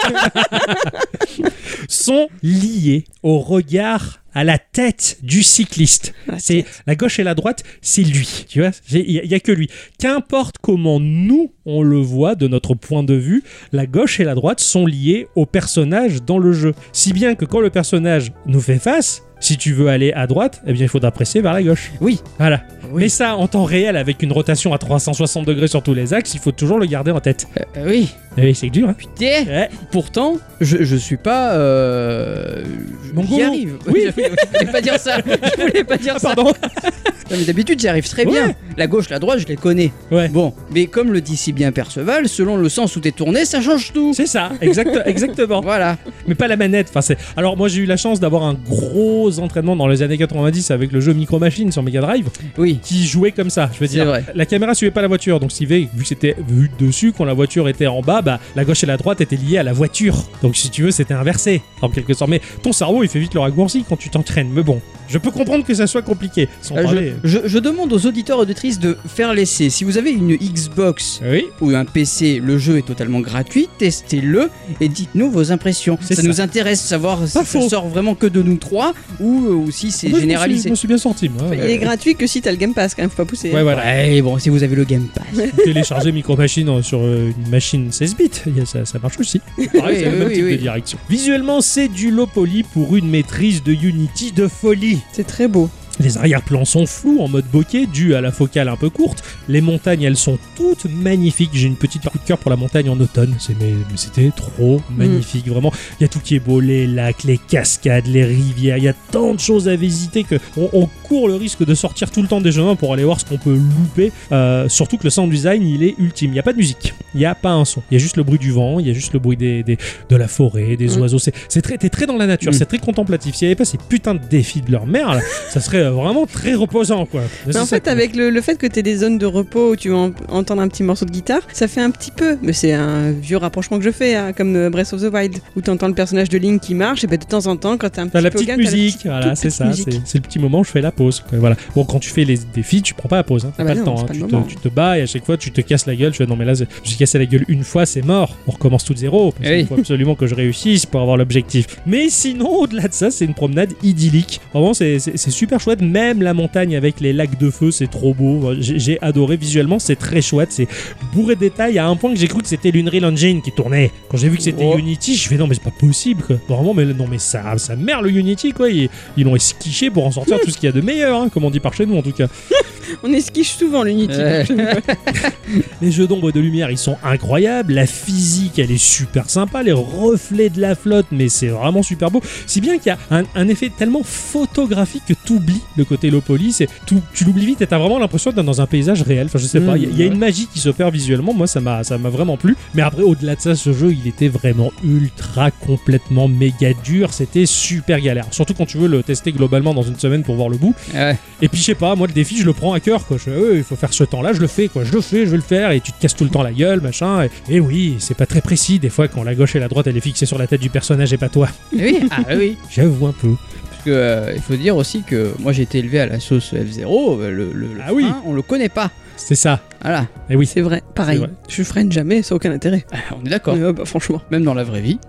sont liées au regard, à la tête du cycliste. La C'est la gauche et la droite, c'est lui. Tu vois, il y, a que lui. Qu'importe comment nous on le voit de notre point de vue, la gauche et la droite sont liées au personnage dans le jeu. Si bien que quand le personnage nous fait face, si tu veux aller à droite, eh bien il faudra presser vers la gauche. Oui. Voilà. Oui. Mais ça, en temps réel, avec une rotation à trois cent soixante degrés sur tous les axes, il faut toujours le garder en tête. Euh, euh, oui. Eh oui, c'est dur, hein. Putain. Ouais. Pourtant, je, je suis pas. Euh... Mongolo. J'y arrive. Oui. je voulais pas dire ça. Je voulais pas dire Ah, ça. pardon. Non, mais d'habitude, j'y arrive très Ouais. bien. La gauche, la droite, je les connais. Ouais. Bon, mais comme le dit si bien Perceval, selon le sens où t'es tourné, ça change tout. C'est ça, exact, exactement. Voilà. Mais pas la manette. Enfin, c'est... Alors moi j'ai eu la chance d'avoir un gros entraînement dans les années quatre-vingt-dix avec le jeu Micro Machine sur Mega Drive Oui. qui jouait comme ça. Je veux C'est dire, vrai. la caméra suivait pas la voiture, donc si vu que c'était vu de dessus, quand la voiture était en bas, bah la gauche et la droite étaient liées à la voiture. Donc si tu veux, c'était inversé en quelque sorte. Mais ton cerveau il fait vite le raccourci quand tu t'entraînes. Mais bon, je peux comprendre que ça soit compliqué. Sans Euh, parler. je, je- je demande aux auditeurs et auditrices de faire l'essai. Si vous avez une Xbox Oui. ou un P C, le jeu est totalement gratuit, testez-le et dites-nous vos impressions. C'est Ça, ça. nous intéresse de savoir si Pas ça faux. sort vraiment que de nous trois ou, euh, ou si c'est Moi, je me suis- généralisé. Je me suis bien sorti moi. Il est gratuit que si t'as le Game Pass quand même, faut pas pousser. Ouais, voilà. Ouais, bon, si vous avez le Game Pass. Télécharger Micro Machine euh, sur euh, une machine seize bits, Il y a- ça, ça marche aussi. Pareil, c'est le oui, même oui, type oui. de direction. Visuellement, c'est du low poly pour une maîtrise de Unity de folie. C'est très beau. Les arrière-plans sont flous en mode bokeh dû à la focale un peu courte. Les montagnes, elles sont toutes magnifiques. J'ai une petite coup de cœur pour la montagne en automne. C'est, mais, mais c'était trop magnifique, vraiment. Il y a tout qui est beau, les lacs, les cascades, les rivières. Il y a tant de choses à visiter que on, on court le risque de sortir tout le temps des chemins pour aller voir ce qu'on peut louper. Euh, surtout que le sound design, il est ultime. Il n'y a pas de musique, il n'y a pas un son. Il y a juste le bruit du vent, il y a juste le bruit des, des- de la forêt, des Mm. oiseaux. C'est, c'est très, t'es très dans la nature, Mm. c'est très contemplatif. S'il n'y avait pas ces putains de défis de leur mère, là, ça serait euh, vraiment très reposant, quoi. Mais C'est en ça fait, que- avec le, le fait que tu aies des zones de repos où tu vas en- entendre un petit morceau de guitare, ça fait un petit peu, mais c'est un vieux rapprochement que je fais, hein, comme euh, Breath of the Wild, où tu entends le personnage de Link qui marche, et ben de temps en temps, quand t'es un petit T'as la peu au petite calme, t'as la musique, petite- voilà, toute c'est petite ça, musique. c'est, c'est le petit moment où je fais la pause. quoi, Voilà. Bon, quand tu fais les défis, tu prends pas la pause, hein, t'as Ah pas bah le non, temps, c'est hein, pas tu, le te, moment. tu te bats et à chaque fois tu te casses la gueule. Tu fais non, mais là, j'ai cassé la gueule une fois, c'est mort, on recommence tout de zéro. Parce Oui. qu'il faut absolument que je réussisse pour avoir l'objectif. Mais sinon, au-delà de ça, c'est une promenade idyllique. Vraiment, c'est, c'est, c'est super chouette, même la montagne avec les lacs de feu, c'est trop beau. J'ai, j'ai adoré visuellement, c'est très chouette, c'est bourré de détails à un point que j'ai cru que c'était l'Unreal Engine qui tournait. Quand j'ai vu que c'était Oh. Unity, je fais non, mais c'est pas possible, quoi. Vraiment, mais non, mais ça, ça merde le Unity, quoi. Ils, ils l'ont esquiché pour en sortir tout ce qu'il y a de meilleur, hein, comme on dit par chez nous en tout cas. On esquiche souvent l'Unity. Ouais. Les jeux d'ombre et de lumière, ils sont incroyables. La physique, elle est super sympa. Les reflets de la flotte, mais c'est vraiment super beau. Si bien qu'il y a un, un effet tellement photographique que tu oublies le côté low poly. C'est, tout- tu l'oublies vite et t'as vraiment l'impression d'être dans un paysage réel. Enfin, je sais pas. Il y a- il y, a une magie qui s'opère visuellement. Moi, ça m'a, ça m'a vraiment plu. Mais après, au-delà de ça, ce jeu, il était vraiment ultra, complètement méga dur. C'était super galère. Surtout quand tu veux le tester globalement dans une semaine pour voir le bout. Ouais. Et puis je sais pas, moi le défi je le prends à cœur quoi. Je fais, euh, il faut faire ce temps-là, je le fais quoi, je le fais, je vais le faire et tu te casses tout le temps la gueule machin. Et, et oui, c'est pas très précis des fois quand la gauche et la droite elle est fixée sur la tête du personnage et pas toi. Oui, ah oui. J'avoue un peu. Parce que euh, il faut dire aussi que moi j'ai été élevé à la sauce F zéro, euh, le, le, le Ah oui. frein, on le connaît pas. C'est ça. Voilà, Et oui. C'est vrai, pareil. C'est vrai. Je freine jamais, ça n'a aucun intérêt. Ah, on est d'accord. Ouais, bah, franchement. Même dans la vraie vie.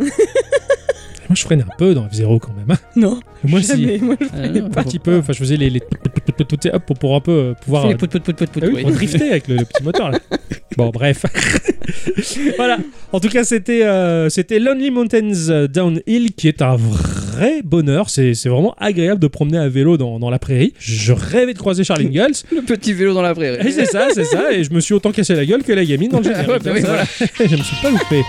Moi je freine un peu dans F zéro quand même. hein. Non, Moi si. jamais. Moi, je Ah, freinais non, pas. Un petit peu, enfin je faisais les, les hop pour, pour un peu euh, pouvoir Les euh, pout, pout, pout, pout, pout, ah oui, oui. pour drifter avec le, le petit moteur là. Bon bref. Voilà. En tout cas c'était euh, c'était Lonely Mountains Downhill qui est un vrai bonheur. C'est, c'est vraiment agréable de promener à vélo dans, dans la prairie. Je rêvais de croiser Charles Ingalls. Le petit vélo dans la prairie. Et c'est ça, c'est ça. Et je me suis autant cassé la gueule que la gamine dans le générique. Ouais, bah oui, Ça, voilà. je me suis pas loupé.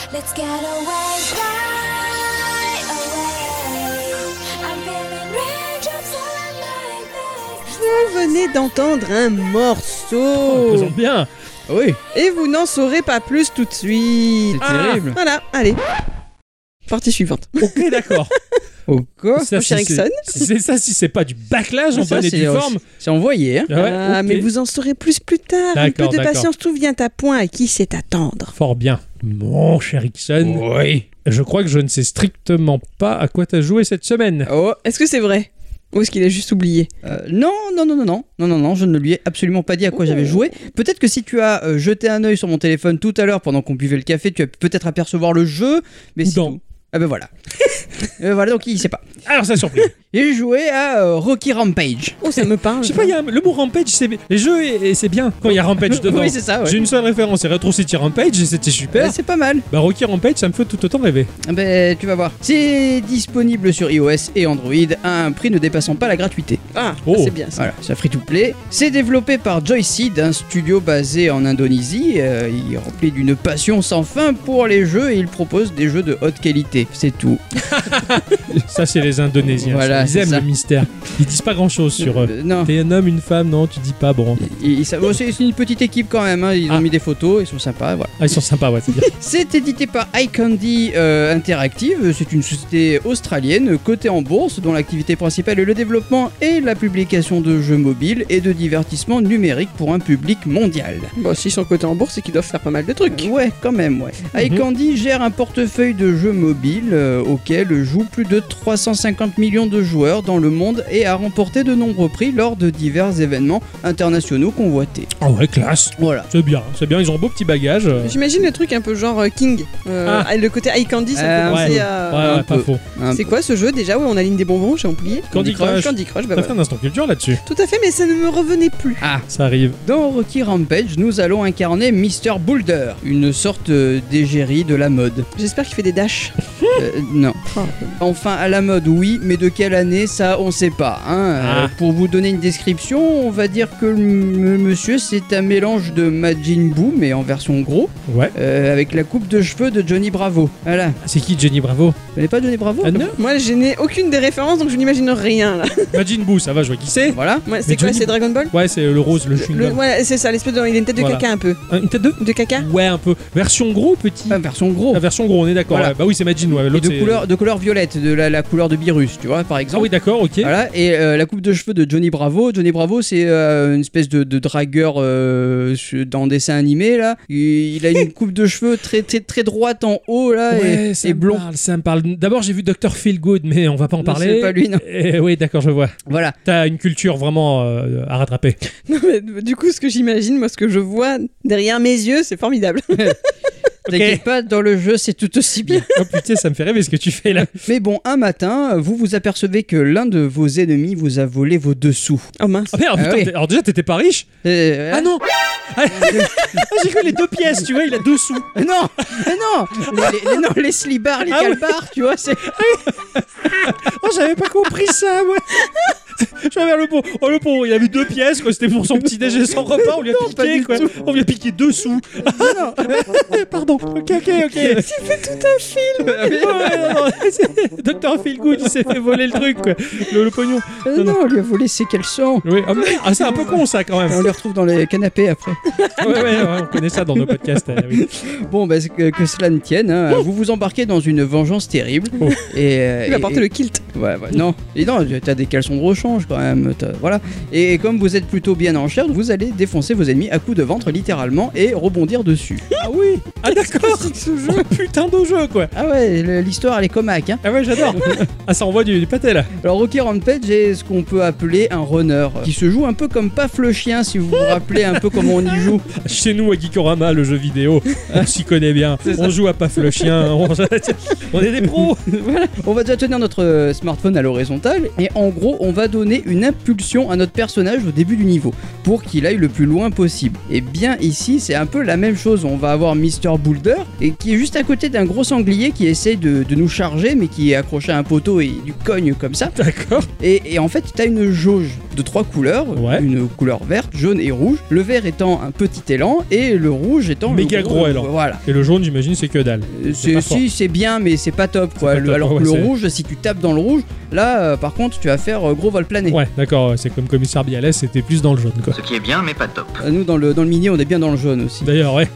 Let's get away, fly away. I'm feeling raindrops on my face. Vous venez d'entendre un morceau. Oh, présente bien. Oui, Et vous n'en saurez pas plus tout de suite. c'est Ah. terrible. Voilà, allez. Partie suivante. Ok, d'accord. Oh, quoi Ça, Mon cher si c'est- Ixon. si c'est ça, si c'est pas du backlash en Ça, bonne et c'est- due forme. C'est envoyé, hein. Ah ouais, ah, ok. mais vous en saurez plus plus tard. Un peu D'accord, de d'accord. patience, tout vient à point. À qui c'est attendre? Fort bien. Mon cher Ixon, Oui. je crois que je ne sais strictement pas à quoi t'as joué cette semaine. Oh, Est-ce que c'est vrai? Ou est-ce qu'il a juste oublié? euh, non, non, non, non, non, non, non, non, je ne lui ai absolument pas dit à quoi j'avais joué. Peut-être que si tu as euh, jeté un œil sur mon téléphone tout à l'heure pendant qu'on buvait le café, tu as pu peut-être apercevoir le jeu, mais c'est Non. tout. Ah ben voilà. Euh, voilà, donc il sait pas. Alors, ça surprise. Et j'ai joué à euh, Rocky Rampage. Oh, ça me parle. Je sais pas, il y a un- le mot Rampage, c'est les jeux et, et c'est bien quand il y a Rampage dedans. Oui, c'est ça, ouais. J'ai une seule référence, c'est Retro City Rampage et c'était super. Ouais, c'est pas mal. Bah Rocky Rampage, ça me fait tout autant rêver. Ah ben, tu vas voir. C'est disponible sur iOS et Android à un prix ne dépassant pas la gratuité. Ah, Oh. c'est bien ça. Voilà, c'est free to play. C'est développé par Joyseed, un studio basé en Indonésie. Euh, il est rempli d'une passion sans fin pour les jeux et il propose des jeux de haute qualité. C'est tout. Ça, c'est les Indonésiens. Voilà, Ils c'est aiment ça. le mystère. Ils disent pas grand chose sur eux. Euh, non. T'es un homme, une femme, non, tu dis pas, bon. Ils- ils savent- bon, c'est c'est une petite équipe quand même. Hein. Ils ont Ah. mis des photos, ils sont sympas. Voilà. Ah, ils sont sympas, ouais, c'est bien. C'est édité par iCandy euh, Interactive. C'est une société australienne cotée en bourse dont l'activité principale est le développement et la publication de jeux mobiles et de divertissement numérique pour un public mondial. Bon, s'ils sont cotés en bourse, c'est qu'ils doivent faire pas mal de trucs. Ouais, quand même, ouais. Mhm. iCandy gère un portefeuille de jeux mobiles euh, auquel jouent plus de trois cent cinquante millions de joueurs dans le monde et a remporté de nombreux prix lors de divers événements internationaux convoités. Ah ouais, classe. Voilà. C'est bien, c'est bien, ils ont un beau petit bagage. euh. J'imagine le truc un peu genre euh, King. Euh, Ah. Le côté eye candy, ça Euh, me fait penser ouais. à. Ouais, ouais, un pas peu. faux. Un C'est peu. quoi ce jeu déjà? Ouais, on aligne des bonbons, j'ai oublié. Candy Crush. Candy Crush, bah T'as fait voilà. un instant culture là-dessus. Tout à fait, mais ça ne me revenait plus. Ah. Ça arrive. Dans Rocky Rampage, nous allons incarner mister Boulder, une sorte euh, d'égérie de la mode. J'espère qu'il fait des dashs. Euh, non. Oh. Enfin, à la mode, oui, mais de quelle année, ça, on sait pas. Hein. Euh, Ah. pour vous donner une description, on va dire que le m- monsieur, c'est un mélange de Majin Buu, mais en version gros, Ouais. euh, avec la coupe de cheveux de Johnny Bravo. Voilà. Ah, c'est qui Johnny Bravo? Vous connaissez pas Johnny Bravo? Ah non. Moi, je n'ai aucune des références, donc je n'imagine rien là. Majin Buu, ça va, je vois qui c'est. Voilà. Ouais, Mais c'est quoi? Johnny- C'est Dragon Ball? Ouais, c'est le rose, le Le- chewing-gum. Ouais, c'est ça, l'espèce de. Il a une tête de Voilà. caca un peu. Hein, Une tête de De caca? Ouais, un peu. Version gros, petit. Ah, version gros. La version gros, on est d'accord. Voilà. ouais. Bah oui, c'est Majin, ouais. Et L'autre, de c'est- couleur, de couleur violette, de la, la couleur de Beerus, tu vois, par Ah exemple. oui, d'accord, ok. Voilà, et euh, la coupe de cheveux de Johnny Bravo. Johnny Bravo, c'est euh, une espèce de, de dragueur euh, dans dessin animé, là. Il, il a une coupe de cheveux très, très, très droite en haut, là, Ouais, et, ça et me blond. parle, ça me parle. D'abord, j'ai vu docteur Feelgood, mais on va pas en Non, parler. c'est pas lui, non. Et oui, d'accord, je vois. Voilà. T'as une culture vraiment euh, à rattraper. Non, mais du coup, ce que j'imagine, moi, ce que je vois derrière mes yeux, c'est formidable. T'inquiète pas, dans le jeu, c'est tout aussi bien. Oh putain, ça me fait rêver ce que tu fais là. Mais bon, un matin, vous vous apercevez que l'un de vos ennemis vous a volé vos dessous. Oh mince. Ah merde, Ah putain, oui. t'es- alors déjà, t'étais pas riche? Euh, Ah non. Ah, j'ai cru les deux pièces, tu vois, il a deux sous. euh, Non, euh, non, les, les- non, les slibars, les Ah ouais. calbars, tu vois, c'est. Oh, j'avais pas compris ça, moi. J'avais le pauvre. Oh, le pauvre, il avait deux pièces, quoi. C'était pour son petit déjeuner sans repas. On lui a Non, pas piqué, du quoi. tout. On lui a piqué deux sous. Pardon. Ok, ok, ok. Ah, mais- Ouais, non, non, c'est- docteur Feelgood, il s'est fait voler le truc, quoi. Le, le pognon. Euh, Non, non. non, on lui a volé ses caleçons. Oui. Ah, merde. Ah, c'est un peu con, ça, quand Et même. on les retrouve dans les canapés après. Ouais, ouais, ouais, on connaît ça dans nos podcasts. euh, oui. Bon, bah, que, que cela ne tienne, hein, vous vous embarquez dans une vengeance terrible. Oh. Et, euh, Il va et- porter le kilt. Ouais, ouais, non, et non, t'as des caleçons de rechange quand même, t'as- voilà. Et, et comme vous êtes plutôt bien en chair, vous allez défoncer vos ennemis à coups de ventre littéralement et rebondir dessus. Ah oui. Ah d'accord. Oh, putain de jeu, quoi. Ah ouais, le- l'histoire elle est comaque, hein. Ah ouais, j'adore. Ah, ça envoie du, du pâté, là. Alors Rocky Rampage est ce qu'on peut appeler un runner, qui se joue un peu comme Paf le chien, si vous vous rappelez un peu comment on y joue. Chez nous, à Geekorama, le jeu vidéo, on s'y connaît bien. On joue à Paf le chien. On, on est des pros. Voilà. On va déjà tenir notre euh, smartphone à l'horizontale et en gros on va donner une impulsion à notre personnage au début du niveau pour qu'il aille le plus loin possible. Et bien ici, c'est un peu la même chose. On va avoir Mister Boulder et qui est juste à côté d'un gros sanglier qui essaye de, de nous charger, mais qui est accroché à un poteau et du cogne comme ça. D'accord. Et, et en fait, tu as une jauge de trois couleurs, Ouais. une couleur verte, jaune et rouge. Le vert étant un petit élan et le rouge étant Méga le gros élan. Voilà. Et le jaune, j'imagine, c'est que dalle. Euh, C'est C'est, pas fort. si c'est bien, mais c'est pas top quoi. pas Le- top, alors ouais, que le c'est- rouge, si tu tapes dans le rouge, là euh, par contre, tu vas faire euh, gros vol plané. Ouais, d'accord, c'est comme Commissaire Bialès, c'était plus dans le jaune, quoi. Ce qui est bien, mais pas top. Euh, Nous dans le dans le mini, on est bien dans le jaune aussi. D'ailleurs, ouais.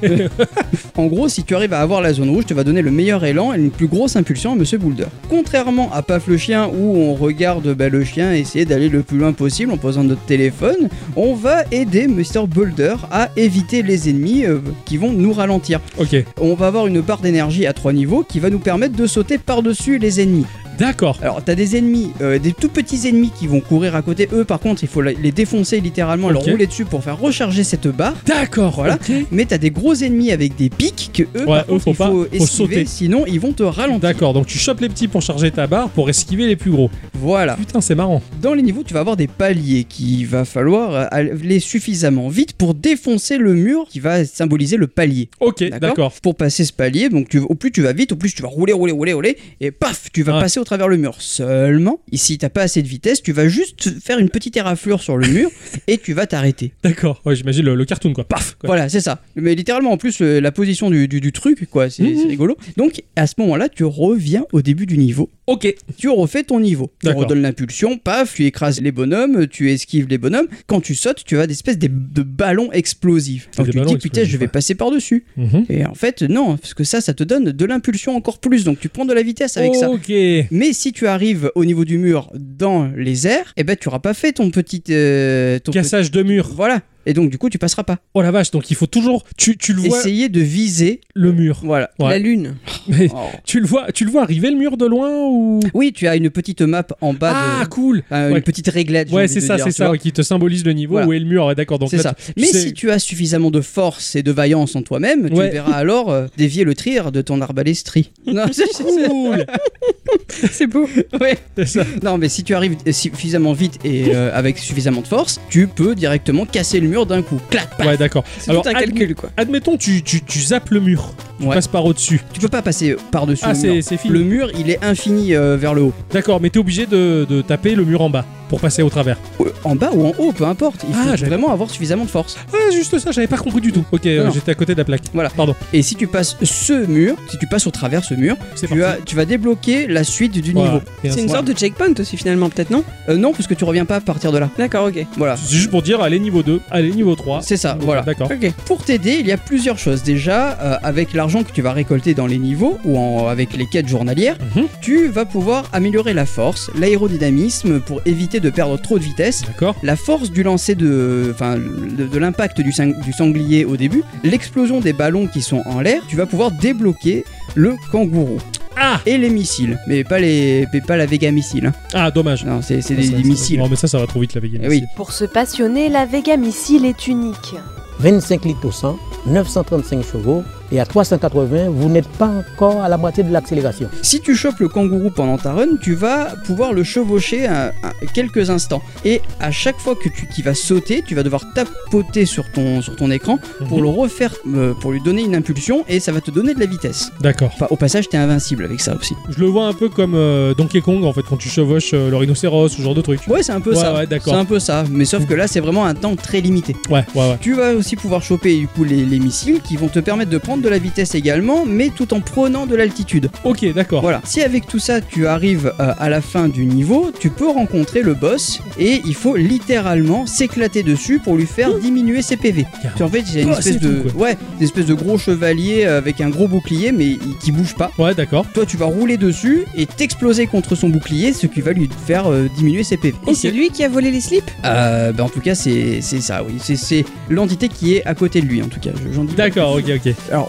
En gros, si tu arrives à avoir la zone rouge, tu vas donner le meilleur élan et une plus grosse impulsion à Monsieur Boulder. Contrairement à Paf le chien, où on regarde bah, le chien essayer d'aller le plus loin possible en posant notre téléphone, on va aider Mister Boulder à éviter les ennemis euh, qui vont nous ralentir. Ok, On va avoir une barre d'énergie à trois niveaux qui va nous permettre de sauter par-dessus les ennemis. d'accord. Alors, t'as des ennemis, euh, des tout petits ennemis qui vont courir à côté. Eux, par contre, il faut la- les défoncer littéralement, Ok. leur rouler dessus pour faire recharger cette barre. D'accord, Voilà. ok. Mais t'as des gros ennemis avec des pics que eux, Ouais, par eux, contre, faut il pas- faut faut esquiver, sauter. sinon ils vont te ralentir. D'accord, donc tu chopes les petits pour charger ta barre pour esquiver les plus gros. Voilà. Putain, c'est marrant. Dans les niveaux, tu vas avoir des paliers qu'il va falloir euh, aller suffisamment vite pour défoncer le mur qui va symboliser le palier. Ok, d'accord. Pour passer ce palier, donc tu, au plus tu vas vite, au plus tu vas rouler, rouler, rouler, rouler, et paf, tu vas Ouais. passer au travers le mur. Seulement, ici t'as pas assez de vitesse, tu vas juste faire une petite éraflure sur le mur et tu vas t'arrêter. D'accord. Ouais, j'imagine le, le cartoon, quoi. Paf quoi. Voilà, c'est ça. Mais littéralement, en plus, euh, la position du, du- du truc, quoi, c'est Mhm. c'est rigolo. Donc, à ce moment-là, tu reviens au début du niveau. Ok, Tu refais ton niveau. Tu D'accord. redonnes l'impulsion, paf, tu écrases les bonhommes, tu esquives les bonhommes. Quand tu sautes, tu as des espèces de, de ballons explosifs. Donc Des tu te ballons dis, putain, explosifs, je vais ouais. passer par-dessus. Mhm. Et en fait, non, parce que ça, ça te donne de l'impulsion encore plus. Donc tu prends de la vitesse avec ça. Ok. Mais si tu arrives au niveau du mur dans les airs, eh ben tu n'auras pas fait ton petit... euh, ton Cassage de mur. petit- Voilà. Et donc du coup, tu passeras pas. Oh la vache, donc il faut toujours. Tu, tu le vois, Essayez de viser. le mur. Voilà. Ouais. La lune. Mais Oh. tu le vois, tu le vois arriver le mur de loin ou. Oui, tu as une petite map en bas Ah, de... cool. enfin, Ouais. une petite réglette. j'ai Ouais, envie c'est de ça, dire, c'est tu ça, vois. ouais, qui te symbolise le niveau Voilà. où est le mur. Ouais, d'accord. Donc C'est là, ça. tu- Mais sais- si tu as suffisamment de force et de vaillance en toi-même, Ouais. tu verras alors euh, dévier le tir de ton arbalestrie. Non, c'est- c'est- Cool. C'est beau. ouais. C'est ça. Non, mais si tu arrives suffisamment vite et euh, avec suffisamment de force, tu peux directement casser le mur d'un coup. Clac, paf. Ouais, d'accord. C'est Alors, tout un adm- calcul, quoi. Admettons, tu, tu, tu zappes le mur. Tu Ouais. passes par au-dessus. Tu peux pas passer par-dessus Ah, le c'est mur. c'est fini. Le mur, il est infini euh, vers le haut. D'accord, mais t'es obligé de, de taper le mur en bas pour passer au travers. Euh, En bas ou en haut, peu importe. Il Ah, faut j'avais- vraiment avoir suffisamment de force. Ah, juste ça, j'avais pas compris du tout. Ok, euh, Non. j'étais à côté de la plaque. Voilà. Pardon. Et si tu passes ce mur, si tu passes au travers ce mur, C'est tu, parti. as, tu vas débloquer la suite du Voilà. niveau. Et C'est une ainsi- sorte de checkpoint aussi, finalement, peut-être, non? Euh, non, parce que tu reviens pas à partir de là. D'accord, ok. Voilà. C'est juste pour dire, allez, niveau deux, allez, niveau trois. C'est ça, voilà. D'accord. Ok. Pour t'aider, il y a plusieurs choses. Déjà, euh, avec l'argent que tu vas récolter dans les niveaux ou en- avec les quêtes journalières, Mhm. tu vas pouvoir améliorer la force, l'aérodynamisme pour éviter de perdre trop de vitesse, D'accord. la force du lancer de, enfin, de, de l'impact du, sang- du sanglier au début, l'explosion des ballons qui sont en l'air. Tu vas pouvoir débloquer le kangourou Ah et les missiles, mais pas les, mais pas la Vega missile. hein. Ah, dommage. Non, c'est c'est des, Ça, des ça- missiles. Non, mais ça, ça va trop vite, la Vega Eh oui. missile. Pour se passionner, la Vega Missile est unique. vingt-cinq litres au cent, neuf cent trente-cinq chevaux, et à trois cent quatre-vingts, vous n'êtes pas encore à la moitié de l'accélération. Si tu chopes le kangourou pendant ta run, tu vas pouvoir le chevaucher à, à quelques instants. Et à chaque fois que tu qu'il va sauter, tu vas devoir tapoter sur ton, sur ton écran pour Mhm. le refaire, euh, pour lui donner une impulsion et ça va te donner de la vitesse. D'accord. Enfin, au passage, t'es invincible avec ça aussi. Je le vois un peu comme euh, Donkey Kong, en fait, quand tu chevauches euh, le rhinocéros, ce genre de truc. Ouais, c'est un peu Ouais, ça. ouais, d'accord. C'est un peu ça. Mais sauf que là, c'est vraiment un temps très limité. Ouais, ouais, ouais. Tu vas aussi pouvoir choper du coup les, les missiles qui vont te permettre de prendre de la vitesse également, mais tout en prenant de l'altitude. Ok, d'accord. Voilà. Si avec tout ça tu arrives euh, à la fin du niveau, tu peux rencontrer le boss et il faut littéralement s'éclater dessus pour lui faire diminuer ses P V. Puis en fait, il y a une Bah, espèce c'est de tout, quoi. ouais, une espèce de gros chevalier avec un gros bouclier mais il- qui bouge pas. Ouais, d'accord. Toi, tu vas rouler dessus et t'exploser contre son bouclier, ce qui va lui faire euh, diminuer ses P V. Et c'est lui qui a volé les slips? Euh, bah, en tout cas, c'est c'est ça, oui. C'est- C'est l'entité qui est à côté de lui, en tout cas. je- J'en dis pas D'accord, plus. ok, ok. Alors,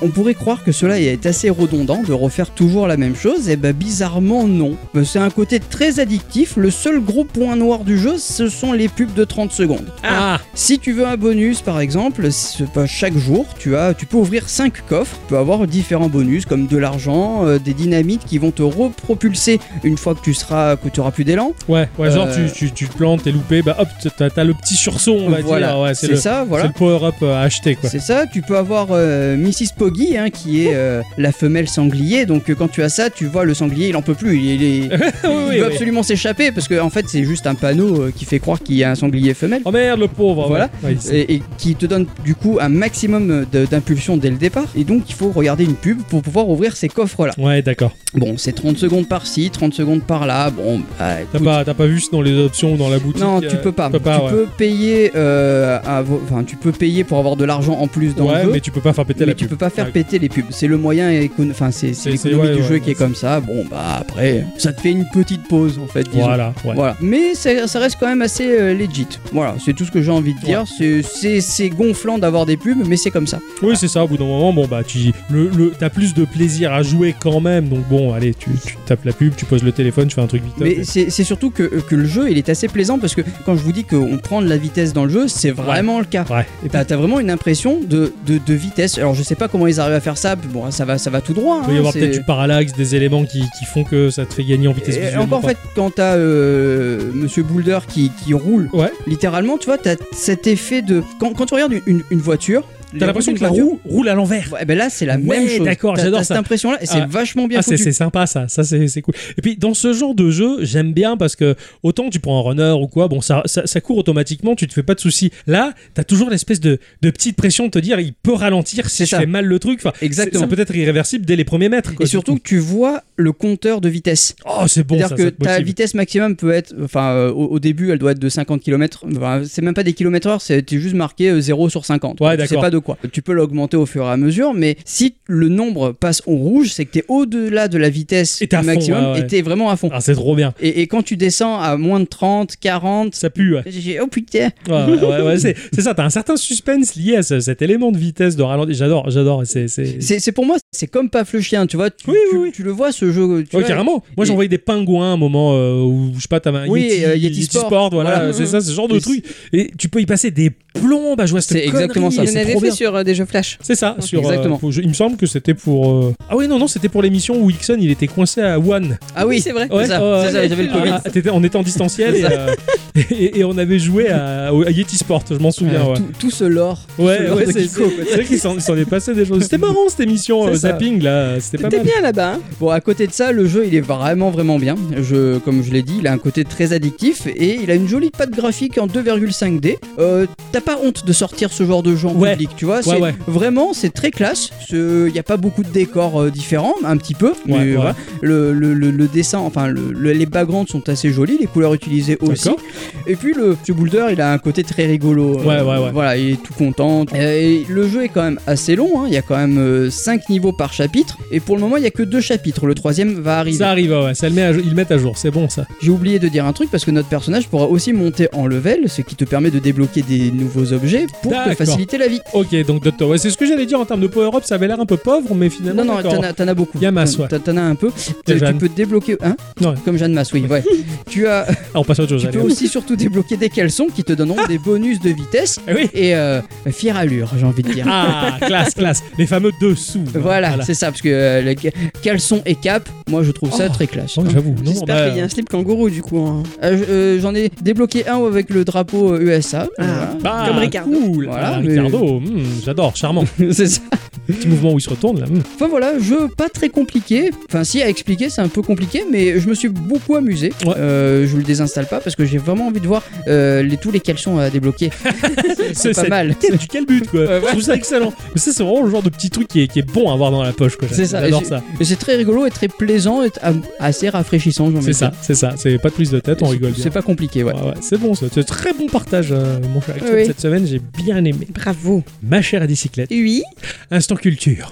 on pourrait croire que cela est assez redondant de refaire toujours la même chose, et ben bizarrement non. Euh, C'est un côté très addictif, le seul gros point noir du jeu, ce sont les pubs de trente secondes. Ah, Si tu veux un bonus par exemple, c'est pas chaque jour, tu, as, tu peux ouvrir cinq coffres, tu peux avoir différents bonus comme de l'argent, euh, des dynamites qui vont te repropulser une fois que tu seras que tu auras plus d'élan. ouais, ouais, genre Euh, tu, tu, tu te plantes, t'es loupé, bah hop, t'as, t'as le petit sursaut, on va Voilà, dire. Ouais, c'est c'est le, ça, voilà. c'est le power-up euh, à acheter, quoi. C'est ça, tu peux avoir euh, missus Poggy hein, qui est euh, la femelle sanglier, donc euh, quand tu as ça, tu vois le sanglier il en peut plus, il, il est- Oui, il oui, veut oui. absolument s'échapper parce que en fait c'est juste un panneau euh, qui fait croire qu'il y a un sanglier femelle. Oh merde, le pauvre. Voilà. ouais. Ouais, c'est- Et, et qui te donne du coup un maximum de- d'impulsion dès le départ, et donc il faut regarder une pub pour pouvoir ouvrir ces coffres là. Ouais, d'accord. Bon, c'est trente secondes par-ci, trente secondes par-là, bon, bah, T'as écoute, pas, t'as pas vu dans les options ou dans la boutique? non, euh, tu peux pas. Tu peux pas, tu ouais. peux payer, euh, à vo- enfin, tu peux payer pour avoir de l'argent en plus dans Ouais, le jeu. mais tu peux pas faire péter Mais la tu pub. peux pas faire Ouais. péter les pubs. C'est le moyen, écono- enfin c'est c'est C'est- c'est- l'économie ouais, du ouais, jeu ouais, qui est c'est- comme ça. Bon bah après, ça te fait une petite pause en fait. Disons. Voilà, ouais. Voilà. Mais ça, ça reste quand même assez euh, legit. Voilà, c'est tout ce que j'ai envie de dire. C'est- C'est c'est gonflant d'avoir des pubs, mais c'est comme ça. Oui, c'est ça, au bout d'un moment, bon, bah, tu le, le, t'as plus de plaisir à jouer quand même, donc bon, allez, tu, tu tapes la pub, tu poses le téléphone, tu fais un truc vite. Mais c'est c'est surtout que, que le jeu il est assez plaisant parce que quand je vous dis qu'on prend de la vitesse dans le jeu, c'est vraiment le cas. Ouais. Et T'as t'as vraiment une impression de, de, de vitesse. Alors je sais pas comment ils arrivent à faire ça. Bon, ça va, ça va tout droit. il peut y hein, avoir c'est- peut-être du parallaxe, des éléments qui, qui font que ça te fait gagner en vitesse Et visuelle. encore en fait, quand t'as euh, Monsieur Boulder qui, qui roule, Ouais. littéralement, tu vois, t'as cet effet de. Quand, quand tu regardes une, une- une voiture. les T'as l'impression roues que la d'une roue roule à l'envers. voiture- Ouais, ben là, c'est la Ouais, même chose. d'accord, T'as- j'adore t'as ça. cette impression-là, et c'est Ah. vachement bien Ah, c'est, foutu. c'est sympa ça, ça c'est, c'est cool. Et puis dans ce genre de jeu, j'aime bien parce que autant tu prends un runner ou quoi, bon ça, ça, ça court automatiquement, tu te fais pas de soucis. Là, t'as toujours l'espèce de, de petite pression de te dire il peut ralentir si C'est je ça. fais mal le truc. Enfin, Exactement. c'est- Ça peut être irréversible dès les premiers mètres. Quoi, Et du surtout coup. que tu vois le compteur de vitesse. Oh c'est bon ça, C'est-à-dire que ça te ta motive. vitesse maximum peut être, enfin euh, au, au début elle doit être de cinquante kilomètres, enfin, c'est même pas des kilomètres heure, c'est t'es juste marqué euh, zéro sur cinquante. Ouais, Tu sais d'accord. pas de quoi. Tu peux l'augmenter au fur et à mesure, mais si le nombre passe au rouge, c'est que t'es au-delà de la vitesse Et t'es à fond, maximum ouais, ouais. et t'es vraiment à fond. Ah c'est trop bien. Et, et quand tu descends à moins de trente, quarante, Ça pue, ouais. j'ai oh putain. Ouais, ouais, ouais, ouais, c'est, c'est ça, t'as un certain suspense lié à ce- cet élément de vitesse, de ralenti. J'adore, j'adore. C'est, c'est... C'est c'est pour moi, c'est comme Paf le chien, tu vois. Tu, Oui, tu, oui, oui. tu le vois ce jeu. Tu Ouais, vois, carrément. Moi, et- j'envoyais des pingouins à un moment euh, où, je sais pas, t'avais un Oui, Yeti, euh, Yeti Sport. voilà, Voilà. c'est ça, ce genre de Et truc. Et tu peux y passer des plombs à jouer à cette C'est exactement connerie, ça. et Il en c'est avait trop fait bien. sur euh, des jeux flash. C'est ça, sur, euh, Exactement. pour- je- il me semble que c'était pour. euh, Ah oui, non, non, c'était pour l'émission où Ixon il était coincé à One. Ah oui, c'est vrai. C'est ça, Ouais, c'est ça, ouais. j'avais le Covid. Ah, t'étais- on était en distanciel et, C'est euh, et, et on avait joué à, au- à Yeti Sport, je m'en souviens. Euh, ouais. tout, tout ce lore. tout Ouais, ce lore ouais, de c'est, Kiko, c'est- quoi. c'est vrai qu'il s'en, il s'en est passé des choses. C'était marrant cette émission, C'est euh, ça. Zapping là, c'était pas T'es mal. bien là-bas. hein. Bon, à côté de ça, le jeu il est vraiment vraiment bien. Je, comme je l'ai dit, il a un côté très addictif et il a une jolie patte graphique en deux virgule cinq D. Euh, T'as pas honte de sortir ce genre de jeu en Ouais. public, tu vois. Ouais, c'est, ouais. Vraiment, c'est très classe. Il n'y a pas beaucoup de décors euh, différents, un petit peu. Mais Ouais, ouais. voilà. Le, le, le, le dessin, enfin le, le- les backgrounds sont assez jolis, les couleurs utilisées aussi. D'accord. Et puis le ce Boulder, il a un côté très rigolo. Ouais, ouais, ouais. Voilà, il est tout content. Euh, et le jeu est quand même assez long. hein. Il y a quand même cinq niveaux par chapitre. Et pour le moment, il y a que deux chapitres. Le troisième va arriver. Ça arrive, ouais, ça le met à jour- ils le mettent à jour, c'est bon ça. J'ai oublié de dire un truc parce que notre personnage pourra aussi monter en level, ce qui te permet de débloquer des nouveaux objets pour te D'accord. faciliter la vie. Ok, donc Doctor, ouais, c'est ce que j'allais dire en termes de power-up, ça avait l'air un peu pauvre, mais finalement. Non, non, d'accord. t'en as, t'en as beaucoup. Il y a masse, ouais. T'en t'en as un peu. T'es Tu Jeanne. peux débloquer. Hein Ouais. Comme Jeanne Masse, oui. Ouais. tu as, Ah, on passe à autre chose, tu allez. peux aussi surtout débloquer des caleçons qui te donneront des bonus de vitesse Eh oui. et euh, fière allure, j'ai envie de dire. Ah, classe, classe. Les fameux dessous. Voilà, c'est ça, parce que euh, les ca- caleçons et cap, moi je trouve ça Oh. très classe. Oh, j'avoue. Non, J'espère bah, qu'il y a un slip kangourou du coup. hein. Euh, je- euh, J'en ai débloqué un avec le drapeau U S A. Ah. bah, Comme Ricardo. Cool. Voilà, Ah, mais- Ricardo, hmm, j'adore, charmant. Voilà. C'est ça. Petit mouvement où il se retourne là. hmm. Enfin voilà, jeu pas très compliqué. Enfin si, à expliquer c'est un peu compliqué, mais je me suis beaucoup amusé. Ouais. Euh, je le désinstalle pas parce que j'ai vraiment envie de voir euh, les, tous les caleçons à débloquer. c'est pas mal. Quel, du quel but quoi. Ouais, ouais. Je trouve ça excellent. Mais ça, c'est vraiment le genre de petit truc qui est, qui est bon à avoir dans la poche quoi. C'est ça. J'adore Et ça. Mais c'est très rigolo et très plaisant et a- assez rafraîchissant. j'ai envie C'est de ça, dire. c'est ça. C'est pas de prise de tête, on rigole bien. C'est pas compliqué, ouais. Ouais, ouais, c'est bon ça. C'est un très bon partage, euh, mon cher Ixon, Oui. cette semaine. J'ai bien aimé. Bravo. Ma chère à bicyclette. Oui. Instant culture.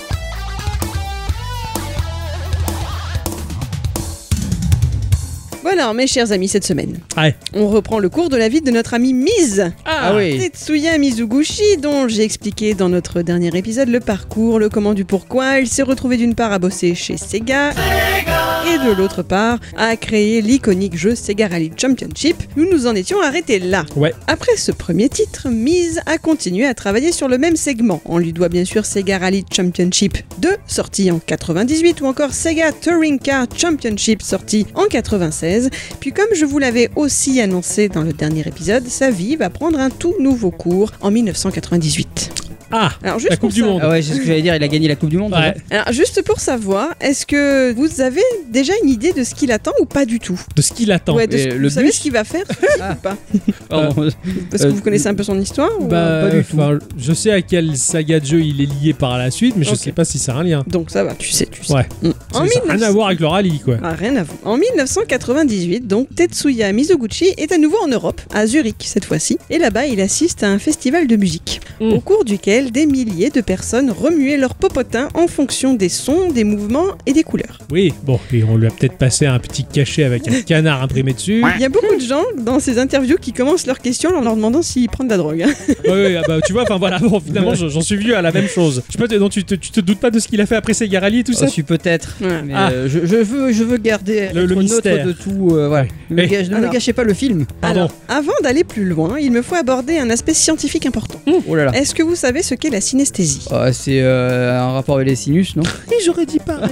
Voilà, Alors, mes chers amis, cette semaine, Ouais. on reprend le cours de la vie de notre ami Mise, Ah oui. Tetsuya Mizuguchi, dont j'ai expliqué dans notre dernier épisode le parcours, le comment du pourquoi. Il s'est retrouvé d'une part à bosser chez Sega, et de l'autre part à créer l'iconique jeu Sega Rally Championship. Nous nous en étions arrêtés là. Ouais. Après ce premier titre, Mise a continué à travailler sur le même segment. On lui doit bien sûr Sega Rally Championship deux, sorti en quatre-vingt-dix-huit, ou encore Sega Touring Car Championship, sorti en quatre-vingt-seize. Puis comme je vous l'avais aussi annoncé dans le dernier épisode, sa vie va prendre un tout nouveau cours en mille neuf cent quatre-vingt-dix-huit. Ah, Alors, juste la pour Coupe du ça- Monde. Ah ouais, c'est ce que j'allais dire, il a gagné la Coupe du Monde. Ouais. Alors juste pour savoir, est-ce que vous avez déjà une idée de ce qu'il attend ou pas du tout? De ce qu'il attend. Ouais, de et ce- le vous savez bus ce qu'il va faire Ah. ou pas? Pardon. Parce que Euh, vous connaissez un peu son histoire ou- Bah, pas du tout. enfin, je sais à quelle saga de jeu il est lié par la suite, mais je Ok. sais pas si ça a un lien. Donc ça va, tu sais, tu sais. Ouais. Mm. Ça En n'a rien 1900 à voir avec le rallye, quoi. Ah, rien à voir. En mille neuf cent quatre-vingt-dix-huit, donc Tetsuya Mizuguchi est à nouveau en Europe, à Zurich cette fois-ci, et là-bas il assiste à un festival de musique, Mm. au cours duquel des milliers de personnes remuaient leur popotin en fonction des sons, des mouvements et des couleurs. Oui, bon, et on lui a peut-être passé un petit cachet avec un canard imprimé dessus. Il y a beaucoup de gens dans ces interviews qui commencent leurs questions en leur demandant s'ils prennent de la drogue. hein. Ouais, ouais, ah bah, tu vois, enfin voilà, bon, finalement, j'en j'en suis venu à la même chose. Je sais pas, donc, tu, te, tu te doutes pas de ce qu'il a fait après Sega Rally et tout Je ça suis peut-être, Ouais. mais Ah. euh, je, je veux, je veux garder Le- le être neutre mystère. de tout. euh, ouais. Ne, Eh. gâche- ne me Alors. gâchez pas le film. Pardon. Alors, avant d'aller plus loin, il me faut aborder un aspect scientifique important. Oh là là. Est-ce que vous savez ce qu'est la synesthésie? Ah, c'est euh, un rapport avec les sinus, non? Et j'aurais dit pareil.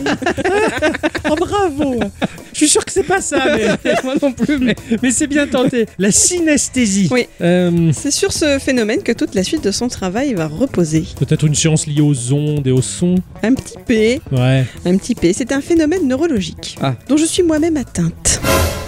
Oh, bravo. Je suis sûr que c'est pas ça, mais, Moi non plus, mais. mais c'est bien tenté. La synesthésie. Oui. Euh, C'est sur ce phénomène que toute la suite de son travail va reposer. Peut-être une science liée aux ondes et aux sons. Un petit P, Ouais. un petit P, c'est un phénomène neurologique Ah. dont je suis moi-même atteinte.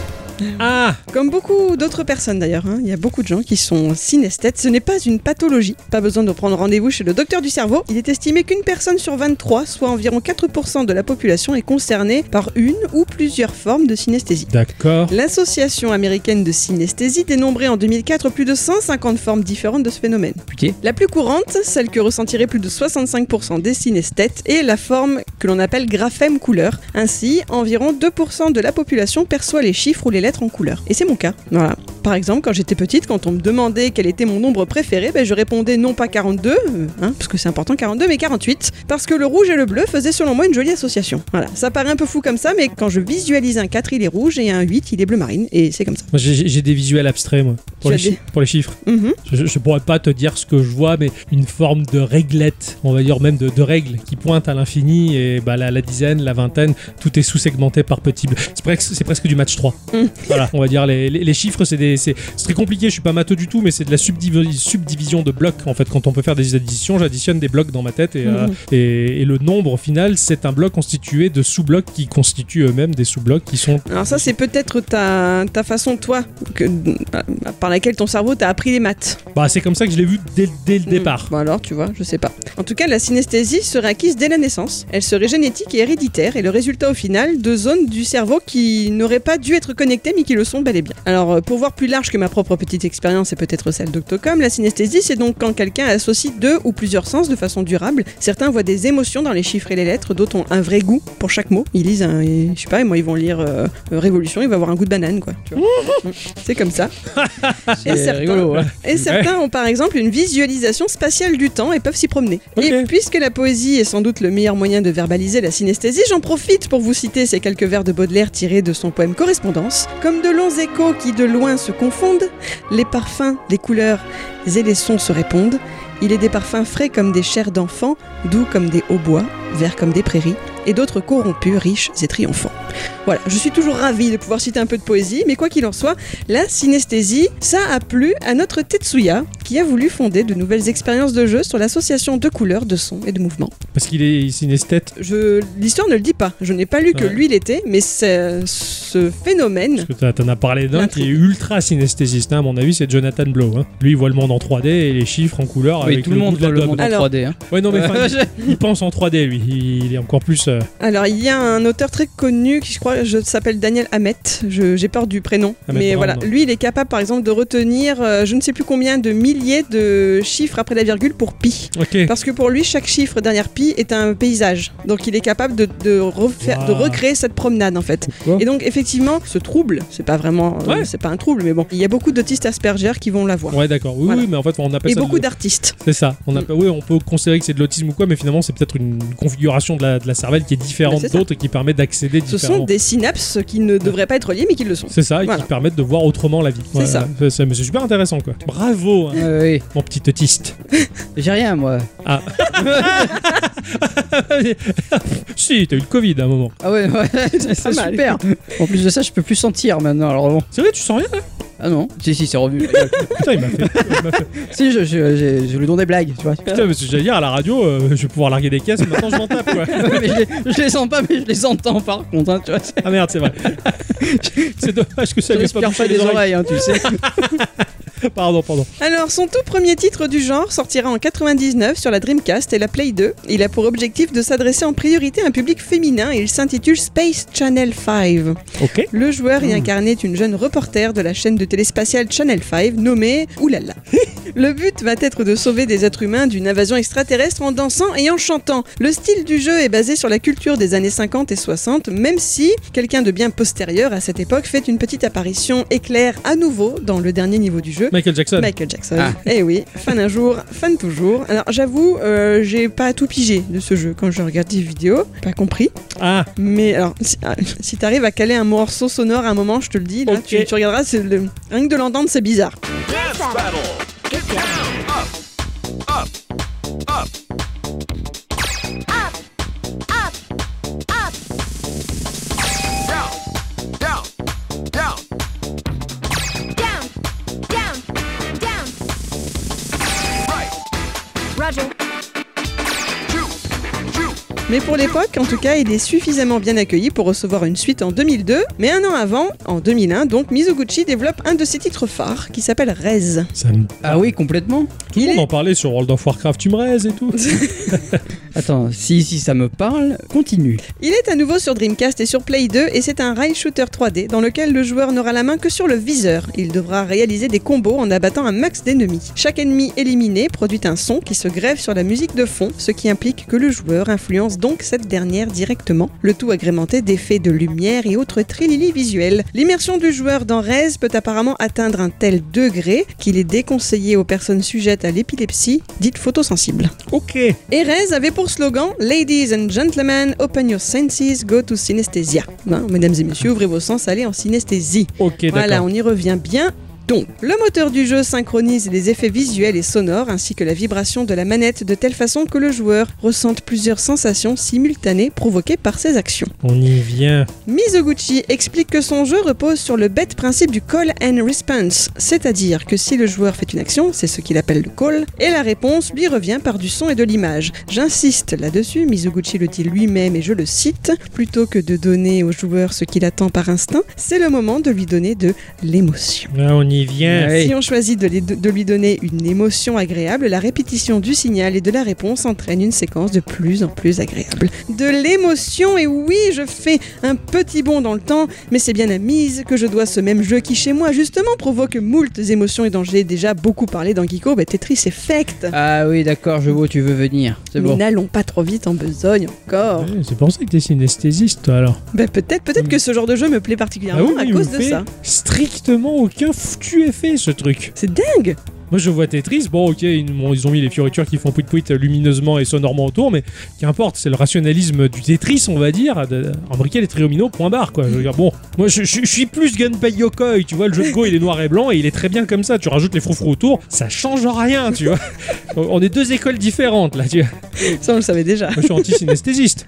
Ah, Comme beaucoup d'autres personnes d'ailleurs, hein, il y a beaucoup de gens qui sont synesthètes. Ce n'est pas une pathologie, pas besoin de prendre rendez-vous chez le docteur du cerveau. Il est estimé qu'une personne sur vingt-trois, soit environ quatre pour cent de la population, est concernée par une ou plusieurs formes de synesthésie. d'accord. L'association américaine de synesthésie dénombrait en deux mille quatre plus de cent cinquante formes différentes de ce phénomène. Putain. La plus courante, celle que ressentiraient plus de soixante-cinq pour cent des synesthètes, est la forme que l'on appelle graphème couleur. Ainsi, environ deux pour cent de la population perçoit les chiffres ou les lettres en couleur. Et c'est mon cas. Voilà. Par exemple, quand j'étais petite, quand on me demandait quel était mon nombre préféré, ben je répondais non pas quarante-deux, euh, hein, parce que c'est important quarante-deux, mais quarante-huit, parce que le rouge et le bleu faisaient selon moi une jolie association. Voilà. Ça paraît un peu fou comme ça, mais quand je visualise un quatre, il est rouge, et un huit, il est bleu marine, et c'est comme ça. Moi, j'ai j'ai des visuels abstraits, moi, pour, Tu les, as des- chi- pour les chiffres. Mhm. Je, je pourrais pas te dire ce que je vois, mais une forme de réglette, on va dire même de, de règles qui pointent à l'infini, et bah, la, la dizaine, la vingtaine, tout est sous-segmenté par petits bleus. C'est presque, c'est presque du match trois. Mm. Voilà, on va dire les, les, les chiffres, c'est des- c'est c'est très compliqué, je suis pas matheux du tout, mais c'est de la subdivi- subdivision de blocs. En fait, quand on peut faire des additions, j'additionne des blocs dans ma tête, et, euh, Mhm. et, et le nombre final, c'est un bloc constitué de sous-blocs qui constituent eux-mêmes des sous-blocs qui sont... Alors ça, c'est peut-être ta, ta façon, toi, que, par laquelle ton cerveau t'a appris les maths. Bah, c'est comme ça que je l'ai vu dès, dès le Hmm. départ. Bon alors, tu vois, je sais pas. En tout cas, la synesthésie serait acquise dès la naissance. Elle serait génétique et héréditaire, et le résultat au final de zones du cerveau qui n'auraient pas dû être connectées, mais qui le sont bel et bien. Alors, euh, pour voir plus large que ma propre petite expérience et peut-être celle d'Octocom, la synesthésie, c'est donc quand quelqu'un associe deux ou plusieurs sens de façon durable. Certains voient des émotions dans les chiffres et les lettres, d'autres ont un vrai goût pour chaque mot. Ils lisent un, et, je sais pas, moi ils vont lire euh, euh, Révolution, il va avoir un goût de banane, quoi. Tu vois. C'est comme ça. Et C'est certains- rigolo, ouais. Et certains ont par exemple une visualisation spatiale du temps et peuvent s'y promener. Ok. Et puisque la poésie est sans doute le meilleur moyen de verbaliser la synesthésie, j'en profite pour vous citer ces quelques vers de Baudelaire tirés de son poème Correspondance. Comme de longs échos qui de loin se confondent, les parfums, les couleurs et les sons se répondent. Il est des parfums frais comme des chairs d'enfants, doux comme des hautbois, verts comme des prairies, et d'autres corrompus, riches et triomphants. Voilà, je suis toujours ravie de pouvoir citer un peu de poésie, mais quoi qu'il en soit, la synesthésie, ça a plu à notre Tetsuya, qui a voulu fonder de nouvelles expériences de jeu sur l'association de couleurs, de sons et de mouvements. Parce qu'il est synesthète. Je... L'histoire ne le dit pas, je n'ai pas lu que Ouais. lui l'était, mais c'est- ce phénomène... Parce que t'as- t'en as parlé d'un qui est L'intrigue. ultra synesthésiste, hein, à mon avis, c'est Jonathan Blow. Hein. Lui, il voit le monde en trois D et les chiffres en couleur. Oui, avec tout le monde goût de la voit le daube. monde en Alors- trois D. Hein. Ouais, non, mais enfin, Ouais, il, il pense en trois D, lui. Il est encore plus. euh, Alors, il y a un auteur très connu qui, je crois, je, s'appelle Daniel Hamet. Je- J'ai peur du prénom. Hamet mais Brown. voilà, lui, il est capable, par exemple, de retenir euh, je ne sais plus combien de milliers pilier de chiffres après la virgule pour pi. Ok. Parce que pour lui, chaque chiffre derrière pi est un paysage. Donc il est capable de, de, refaire, Wow. de recréer cette promenade en fait. Pourquoi Et donc effectivement, ce trouble, c'est pas vraiment, euh, Ouais. c'est pas un trouble, mais bon, il y a beaucoup d'autistes Asperger qui vont l'avoir. Ouais, d'accord. Oui, Voilà. oui, mais en fait, on appelle Et ça. beaucoup de- d'artistes. C'est ça. On appelle... Oui, on peut considérer que c'est de l'autisme ou quoi, mais finalement, c'est peut-être une configuration de la, de la cervelle qui est différente Mais c'est ça. d'autres et qui permet d'accéder Ce différemment. sont des synapses qui ne devraient pas être liées, mais qui le sont. C'est ça, et Voilà. qui permettent de voir autrement la vie. C'est ça. C'est, c'est- mais c'est super intéressant, quoi. Bravo, hein, Euh, oui. mon petit autiste. J'ai rien, moi. Ah. Si, t'as eu le Covid à un moment. Ah ouais, ouais, c'est Pas mal. super. En plus de ça, je peux plus sentir maintenant. Alors bon. C'est vrai, tu sens rien là Ah non. Si, si, c'est revenu. Putain, il m'a fait. il m'a fait- Si, je, je, je, je lui donne des blagues, tu vois. Putain, parce que j'allais dire à la radio, euh, je vais pouvoir larguer des caisses, maintenant je m'en tape, quoi. mais je les, je les sens pas, mais je les entends par contre, hein, tu vois. Ah merde, c'est vrai. C'est dommage que ça Je lui ait pas respire bouché pas les des oreilles. oreilles, hein, tu le sais. Pardon, pardon. Alors, son tout premier titre du genre sortira en quatre-vingt-dix-neuf sur la Dreamcast et la Play deux. Il a pour objectif de s'adresser en priorité à un public féminin et il s'intitule Space Channel cinq. Ok. Le joueur y incarnait une jeune reporter de la chaîne de télé spatiale Channel cinq nommée Oulala. Le but va être de sauver des êtres humains d'une invasion extraterrestre en dansant et en chantant. Le style du jeu est basé sur la culture des années cinquante et soixante, même si quelqu'un de bien postérieur à cette époque fait une petite apparition éclair à nouveau dans le dernier niveau du jeu. Michael Jackson. Michael Jackson. Ah. Eh oui, fan un jour, fan toujours. Alors j'avoue, euh, j'ai pas tout pigé de ce jeu quand je regarde des vidéos, pas compris. Ah, Mais alors, si, ah, si t'arrives à caler un morceau sonore à un moment, je te le dis, là, Ok. tu, tu regarderas, c'est le... rien que de l'entendre, c'est bizarre. Down, down, down. Roger. Mais pour l'époque, en tout cas, il est suffisamment bien accueilli pour recevoir une suite en deux mille deux. Mais un an avant, en deux mille un, donc, Mizoguchi développe un de ses titres phares qui s'appelle Rez. ça me... Ah oui, complètement. Tout le Il monde est- en parlait sur World of Warcraft, tu me raises et tout. Attends, si, si ça me parle, continue. Il est à nouveau sur Dreamcast et sur Play deux et c'est un rail shooter trois D dans lequel le joueur n'aura la main que sur le viseur. Il devra réaliser des combos en abattant un max d'ennemis. Chaque ennemi éliminé produit un son qui se greffe sur la musique de fond, ce qui implique que le joueur influence donc cette dernière directement, le tout agrémenté d'effets de lumière et autres trilili visuels. L'immersion du joueur dans Rez peut apparemment atteindre un tel degré qu'il est déconseillé aux personnes sujettes à l'épilepsie, dites photosensibles. Ok. Et Rez avait pour slogan « Ladies and gentlemen, open your senses, go to synesthesia ». Hein, mesdames et messieurs, ouvrez vos sens, allez en synesthésie. Ok, d'accord. Voilà, on y revient bien. Donc, le moteur du jeu synchronise les effets visuels et sonores ainsi que la vibration de la manette de telle façon que le joueur ressente plusieurs sensations simultanées provoquées par ses actions. On y vient. Mizoguchi explique que son jeu repose sur le bête principe du call and response, c'est-à-dire que si le joueur fait une action, c'est ce qu'il appelle le call, et la réponse lui revient par du son et de l'image. J'insiste là-dessus, Mizoguchi le dit lui-même et je le cite, plutôt que de donner au joueur ce qu'il attend par instinct, c'est le moment de lui donner de l'émotion. Là, on y vient. Ouais. Si on choisit de, les- de lui donner une émotion agréable, la répétition du signal et de la réponse entraîne une séquence de plus en plus agréable. De l'émotion, et oui, je fais un petit bond dans le temps, mais c'est bien à mise que je dois ce même jeu qui, chez moi, justement, provoque moult émotions et dont j'ai déjà beaucoup parlé dans Geeko, bah, Tetris Effect. Ah oui, d'accord, je vois où tu veux venir. C'est Mais bon. n'allons pas trop vite en besogne encore. Ouais, c'est pour ça que t'es synesthésiste, toi, alors. Bah, peut-être, peut-être que ce genre de jeu me plaît particulièrement Ah oui, à il cause me de fait ça. strictement aucun foutu effet, ce truc. C'est dingue. Moi, je vois Tetris, bon, ok, ils, bon, ils ont mis les fioritures qui font pouit-pouit lumineusement et sonorement autour, mais qu'importe, c'est le rationalisme du Tetris, on va dire, de, embriquer les triomino, point barre, quoi. Je veux dire, bon, moi, je, je- je suis plus Gunpei Yokoi, tu vois, le jeu de Go, il est noir et blanc, et il est très bien comme ça, tu rajoutes les froufrous autour, ça change rien, tu vois. On est deux écoles différentes, là, tu vois. Ça, on le savait déjà. Moi, je suis anti-synesthésiste.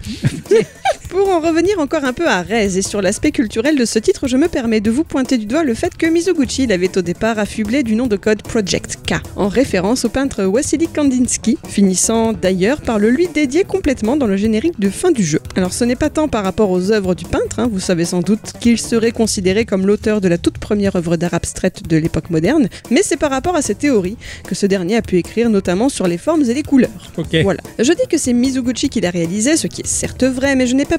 Pour en revenir encore un peu à Rez et sur l'aspect culturel de ce titre, je me permets de vous pointer du doigt le fait que Mizoguchi l'avait au départ affublé du nom de code Project K, en référence au peintre Wassily Kandinsky, finissant d'ailleurs par le lui dédier complètement dans le générique de fin du jeu. Alors ce n'est pas tant par rapport aux œuvres du peintre, hein, vous savez sans doute qu'il serait considéré comme l'auteur de la toute première œuvre d'art abstraite de l'époque moderne, mais c'est par rapport à ses théories que ce dernier a pu écrire notamment sur les formes et les couleurs. Ok. Voilà. Je dis que c'est Mizoguchi qui l'a réalisé, ce qui est certes vrai, mais je n'ai pas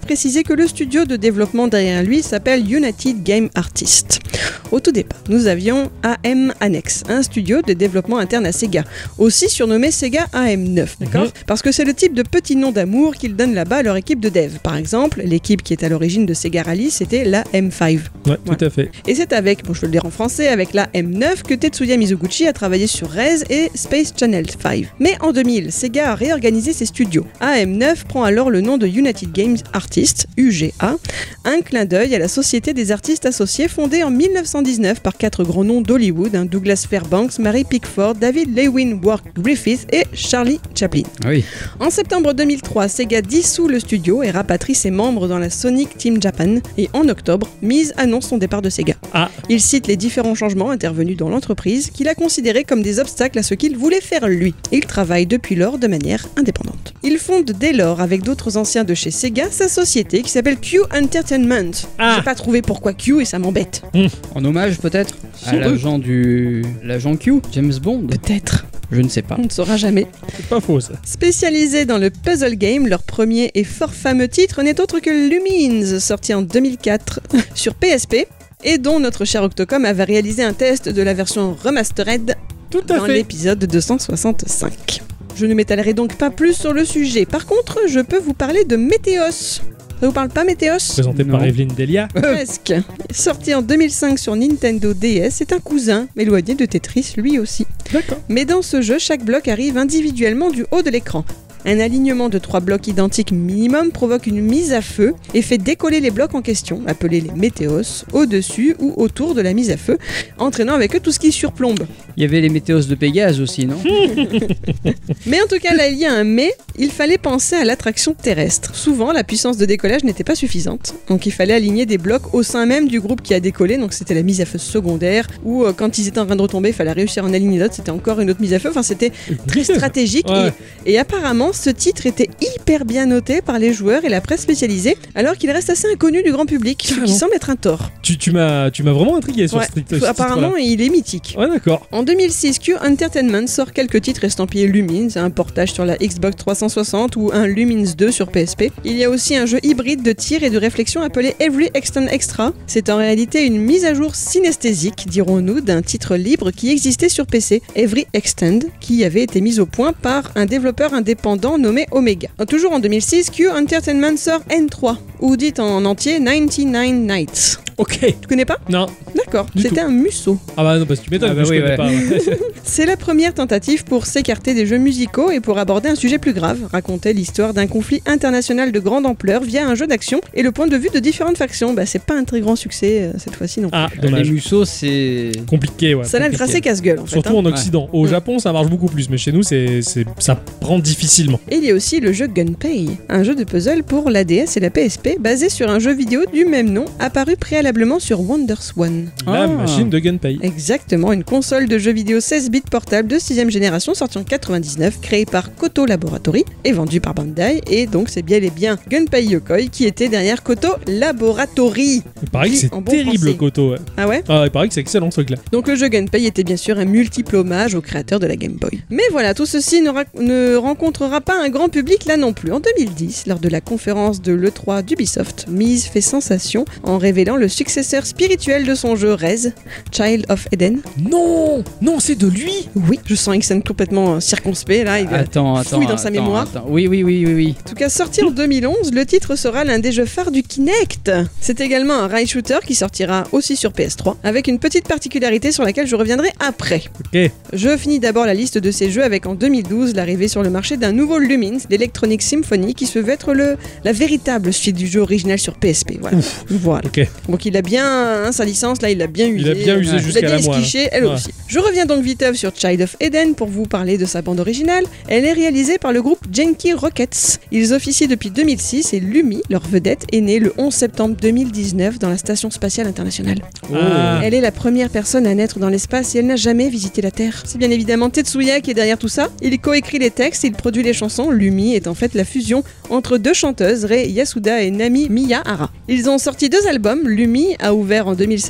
préciser que le studio de développement derrière lui s'appelle United Game Artists. Au tout départ, nous avions A M Annex, un studio de développement interne à Sega, aussi surnommé Sega A M neuf, d'accord ? Mhm. Parce que c'est le type de petit nom d'amour qu'ils donnent là-bas à leur équipe de dev. Par exemple, l'équipe qui est à l'origine de Sega Rally, c'était la M cinq. Ouais, tout à fait. Et c'est avec, bon je vais le dire en français, avec la M neuf que Tetsuya Mizoguchi a travaillé sur Rez et Space Channel cinq. Mais en deux mille, Sega a réorganisé ses studios. A M neuf prend alors le nom de United Game Artists, U G A, un clin d'œil à la Société des artistes associés fondée en mille neuf cent dix-neuf par quatre grands noms d'Hollywood, hein, Douglas Fairbanks, Mary Pickford, David Lewin Work Griffith et Charlie Chaplin. Ah oui. En septembre deux mille trois, Sega dissout le studio et rapatrie ses membres dans la Sonic Team Japan. Et en octobre, Mise annonce son départ de Sega. Ah. Il cite les différents changements intervenus dans l'entreprise qu'il a considérés comme des obstacles à ce qu'il voulait faire lui. Il travaille depuis lors de manière indépendante. Il fonde dès lors, avec d'autres anciens de chez Sega, sa société qui s'appelle Q Entertainment. Ah. J'ai pas trouvé pourquoi Q et ça m'embête. En hommage peut-être à Sans doute. l'agent du... l'agent Q, James Bond. Peut-être. Je ne sais pas. On ne saura jamais. C'est pas faux ça. Spécialisés dans le puzzle game, leur premier et fort fameux titre n'est autre que Lumines, sorti en deux mille quatre sur P S P, et dont notre cher Octocom avait réalisé un test de la version remastered Tout à dans fait. l'épisode deux cent soixante-cinq. Je ne m'étalerai donc pas plus sur le sujet. Par contre, je peux vous parler de Météos. Ça vous parle pas Météos ? Présenté Non. par Evelyne Delia. Presque. Sorti en deux mille cinq sur Nintendo D S, c'est un cousin éloigné de Tetris lui aussi. D'accord. Mais dans ce jeu, chaque bloc arrive individuellement du haut de l'écran. Un alignement de trois blocs identiques minimum provoque une mise à feu et fait décoller les blocs en question, appelés les météos, au-dessus ou autour de la mise à feu, entraînant avec eux tout ce qui surplombe. Il y avait les météos de Pégase aussi, non? Mais en tout cas, là, il y a un mais, il fallait penser à l'attraction terrestre. Souvent, la puissance de décollage n'était pas suffisante, donc il fallait aligner des blocs au sein même du groupe qui a décollé, donc c'était la mise à feu secondaire, ou euh, quand ils étaient en train de retomber, il fallait réussir à en aligner d'autres, c'était encore une autre mise à feu, enfin c'était très stratégique, Ouais. et, et apparemment, ce titre était hyper bien noté par les joueurs et la presse spécialisée, alors qu'il reste assez inconnu du grand public, ce qui Carrément. semble être un tort. Tu, tu m'as tu m'as vraiment intrigué sur Ouais, ce, ce apparemment, il est mythique. titre-là. Ouais, d'accord. En deux mille six, Q Entertainment sort quelques titres estampillés Lumines, un portage sur la Xbox trois cent soixante ou un Lumines deux sur P S P. Il y a aussi un jeu hybride de tir et de réflexion appelé Every Extend Extra. C'est en réalité une mise à jour synesthésique, dirons-nous, d'un titre libre qui existait sur P C, Every Extend, qui avait été mis au point par un développeur indépendant nommé Omega. Toujours en deux mille six, Q Entertainment sort N trois, ou dit en entier quatre-vingt-dix-neuf Nights. Ok. Tu connais pas ? Non. D'accord, Du c'était un musso. Ah bah non, parce que tu m'étonnes, Ah bah mais je oui, connais ouais. pas. ouais. C'est la première tentative pour s'écarter des jeux musicaux et pour aborder un sujet plus grave, raconter l'histoire d'un conflit international de grande ampleur via un jeu d'action et le point de vue de différentes factions. Bah c'est pas un très grand succès euh, cette fois-ci non. Ah, Les dommage. Musso, c'est... Compliqué, ouais. Ça l'a compliqué. tracé casse-gueule en fait. Surtout hein. en Occident. Au Ouais. Japon, ça marche beaucoup plus, mais chez nous, c'est, c'est, ça prend difficilement. Et il y a aussi le jeu Gunpei, un jeu de puzzle pour la D S et la P S P basé sur un jeu vidéo du même nom apparu préalablement sur WonderSwan. La Ah. machine de Gunpei. Exactement, une console de jeux vidéo seize bits portable de sixième génération sortie en quatre-vingt-dix-neuf, créée par Koto Laboratory et vendue par Bandai. Et donc c'est bien et bien Gunpei Yokoi qui était derrière Koto Laboratory. Il paraît que Dit c'est en bon terrible, français. Koto. Ouais. Ah ouais? Ah, il paraît que c'est excellent ce truc-là. Donc le jeu Gunpei était bien sûr un multiple hommage au créateur de la Game Boy. Mais voilà, tout ceci ne, ra- ne rencontrera pas un grand public là non plus. En deux mille dix, lors de la conférence de l'E trois d'Ubisoft, Mise fait sensation en révélant le successeur spirituel de son jeu Rez, Child of Eden. Non Non, c'est de lui Oui, je sens Ixon complètement euh, circonspect là. Il, euh, Attends, attends, fouille dans sa attends, mémoire. attends. Oui, oui, oui, oui, oui. En tout cas, sorti en deux mille onze, le titre sera l'un des jeux phares du Kinect. C'est également un rail shooter qui sortira aussi sur P S trois, avec une petite particularité sur laquelle je reviendrai après. Ok. Je finis d'abord la liste de ces jeux avec en deux mille douze l'arrivée sur le marché d'un nouveau Lumines, l'Electronic Symphony, qui se veut être le, la véritable suite du jeu original sur P S P. Voilà. voilà. Ok. Donc il a bien hein, sa licence, là il l'a bien usé. Il a bien usé Ouais. jusqu'à Il a la bien moelle. esquiché, elle Ouais. aussi. Je reviens donc vite sur Child of Eden pour vous parler de sa bande originale. Elle est réalisée par le groupe Genki Rockets. Ils officient depuis deux mille six et Lumi, leur vedette, est née le onze septembre deux mille dix-neuf dans la Station Spatiale Internationale. Ah. Elle est la première personne à naître dans l'espace et elle n'a jamais visité la Terre. C'est bien évidemment Tetsuya qui est derrière tout ça. Il coécrit les textes, il produit les chansons. Lumi est en fait la fusion entre deux chanteuses, Rei Yasuda et Nami Miyahara. Ils ont sorti deux albums. Lumi a ouvert en deux mille sept le concert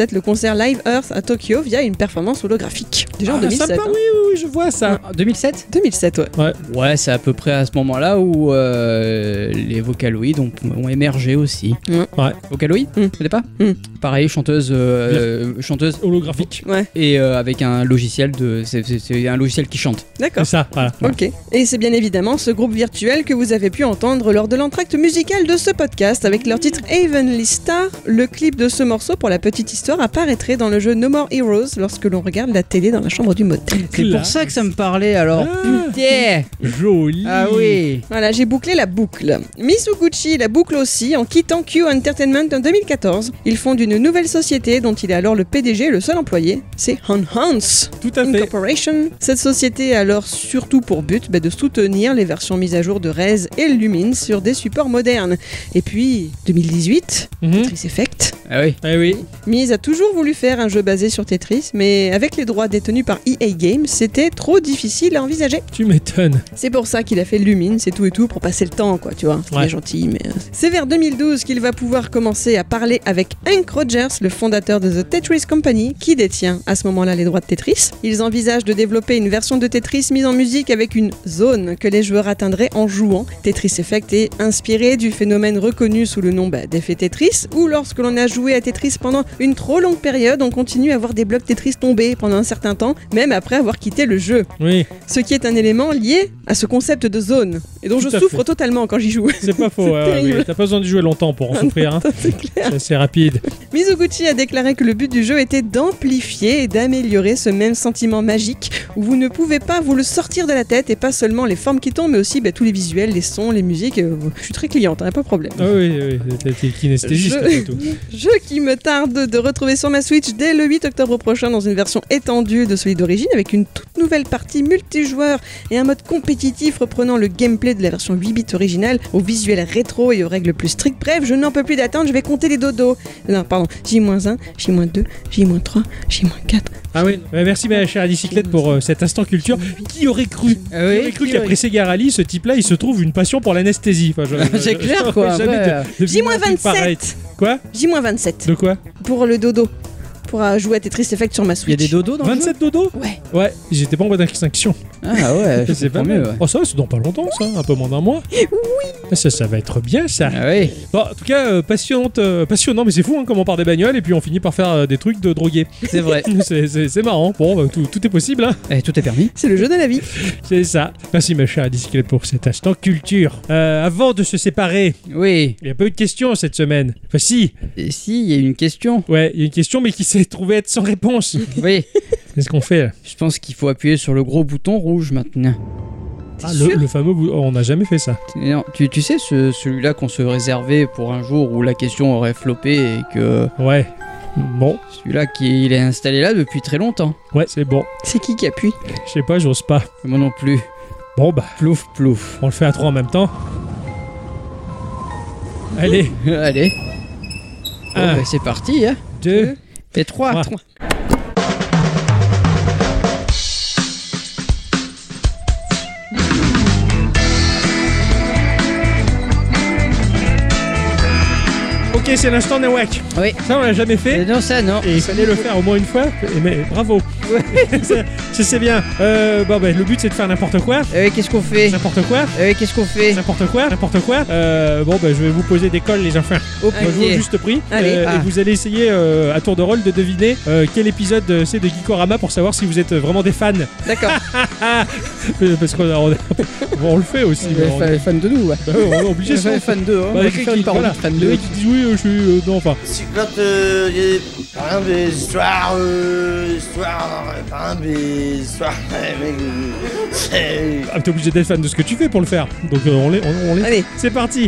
concert Live Earth à Tokyo via une performance holographique. Déjà en Ah, deux mille sept. sympa, hein. oui, oui, oui, je vois ça. En deux mille sept deux mille sept, ouais. Ouais, c'est à peu près à ce moment-là où euh, les Vocaloid ont, ont émergé aussi. Ouais. Vocaloid Mm. Vous connaissez pas Mm. Pareil, chanteuse, euh, chanteuse Holographique. Ouais, et euh, avec un logiciel de, c'est, c'est- c'est un logiciel qui chante. d'accord. C'est ça, voilà. Ok. Et c'est bien évidemment ce groupe virtuel que vous avez pu entendre lors de l'entracte musical de ce podcast avec leur titre Heavenly Star. Le clip de ce morceau, pour la petite histoire, apparaîtrait dans le jeu No More Heroes lorsque l'on regarde la télé dans la chambre du motel. C'est pour ça que ça me parlait alors. Ah. Putain Joli. Ah oui. Voilà, j'ai bouclé la boucle. Mizuguchi la boucle aussi en quittant Q Entertainment en deux mille quatorze. Ils fondent une nouvelle société dont il est alors le P D G et le seul employé. C'est Han Hans Tout à fait. Incorporation. Cette société a alors surtout pour but bah, de soutenir les versions mises à jour de Rez et Lumine sur des supports modernes. Et puis, deux mille dix-huit, Mhm. Tetris Effect. Ah oui. Eh oui. Mise a toujours voulu faire un jeu basé sur Tetris, mais avec les droits détenus par E A Games, c'était trop difficile à envisager. Tu m'étonnes. C'est pour ça qu'il a fait Lumine, c'est tout et tout, pour passer le temps, quoi, tu vois. C'est Ouais. bien gentil, mais... euh, C'est vers deux mille douze qu'il va pouvoir commencer à parler avec Hank Rogers, le fondateur de The Tetris Company, qui détient à ce moment-là les droits de Tetris. Ils envisagent de développer une version de Tetris mise en musique avec une zone que les joueurs atteindraient en jouant. Tetris Effect est inspiré du phénomène reconnu sous le nom bah, d'effet Tetris, où lorsque l'on a joué à Tetris pendant une trop longue période, on continue à voir des blocs Tetris tomber pendant un certain temps, même après avoir quitté le jeu. Oui, Ce qui est un élément lié à ce concept de zone, et dont Tout je à souffre fait. totalement quand j'y joue. c'est pas faux. C'est ouais, ouais, terrible. oui. T'as pas besoin de jouer longtemps pour en souffrir. Hein. C'est clair. C'est assez rapide. Mizuguchi a déclaré que le but du jeu était d'amplifier et d'améliorer ce même sentiment magique où vous ne pouvez pas vous le sortir de la tête, et pas seulement les formes qui tombent, mais aussi bah, tous les visuels, les sons, les musiques. euh, je suis très cliente, hein, pas de problème. Ah oui, oui, t'es- t'es kinesthésiste Je- après tout. Jeu qui me tarde de retrouver sur ma Switch dès le huit octobre prochain dans une version étendue de celui d'origine, avec une toute nouvelle partie multijoueur et un mode compétitif reprenant le gameplay de la version huit bits originale, au visuel rétro et aux règles plus strictes. Bref, je n'en peux plus d'attendre, je vais compter les dodos. Non, pardon, J un, J deux, J trois, J quatre. Ah oui, ouais, merci ma chère bicyclette pour euh, cet instant culture. Qui aurait cru Ah Qui aurait cru qu'après Sega Rally, ce type-là, il se trouve une passion pour l'anesthésie. Enfin, je- C'est je- clair, j'aurais quoi, jamais après. de- deviné un truc pareil. J vingt-sept Quoi J vingt-sept De quoi pour le dodo. Pour euh, jouer à Tetris Effect sur ma Switch. Il y a des dodos dans le jeu vingt-sept dodo Ouais. Ouais, j'étais pas en mode d'extinction. Ah ouais, je C'est pas comprends mal. mieux. Ouais. Oh, ça, c'est dans pas longtemps, ça, un peu moins d'un mois. Oui ça, ça va être bien, ça. Ah oui. Bon, en tout cas, euh, passionnante, euh, passionnant, mais c'est fou, hein, comment on part des bagnoles et puis on finit par faire euh, des trucs de drogués. C'est vrai. c'est, c'est- c'est marrant. Bon, bah, tout, tout est possible, hein. Eh, tout est permis. C'est le jeu de la vie. C'est ça. Merci, ma chère bicyclette, pour cet instant culture. Euh, avant de se séparer, Oui. il n'y a pas eu de questions cette semaine. Enfin, si. Et si, il y a une question. Ouais, il y a une question, mais qui s'est trouvée être sans réponse. Oui. Qu'est-ce qu'on fait là Je pense qu'il faut appuyer sur le gros bouton rouge maintenant. Ah, sûr le, le fameux. bou- oh, on n'a jamais fait ça. Non, tu, tu sais, ce- celui-là qu'on se réservait pour un jour où la question aurait floppé et que Ouais. Bon, celui-là qui il est installé là depuis très longtemps. ouais, c'est bon. C'est qui qui appuie? Je sais pas, j'ose pas. Moi non plus. Bon, bah, Plouf, plouf. on le fait à trois en même temps. Allez, Allez. Bon, Un. bah, c'est parti, hein. deux, Et trois. trois. Ok, c'est l'instant Nawak. Oui. Ça, on l'a jamais fait. Euh, non, ça, non. Et il fallait le faire au moins une fois. Et mais bravo. ça, ça, c'est bien. Euh, bon, ben, le but c'est de faire n'importe quoi. Euh, qu'est-ce qu'on fait N'importe quoi. Euh, qu'est-ce qu'on fait N'importe quoi. N'importe quoi. Euh, bon, ben, je vais vous poser des cols, les enfants. Oh, On va jouer au putain. juste prix. Allez. Euh, Ah. Et vous allez essayer euh, à tour de rôle de deviner euh, quel épisode euh, c'est de Geekorama pour savoir si vous êtes vraiment des fans. D'accord. Euh, Parce qu'on on, on le fait aussi. mais Les on, fa- fan de nous, ouais. bah, ouais, on est obligé. Les sinon, fan de, hein. bah, On va les faire mecs une qui- parodie voilà, de fan les de. mecs qui disent oui, euh, je suis. euh, non, enfin. Si quand euh, il y a par exemple des histoires, euh, histoires, par exemple des histoires, mec, euh, c'est... Ah, t'es obligé d'être fan de ce que tu fais pour le faire. Donc euh, on les. On, on les... Allez. C'est parti.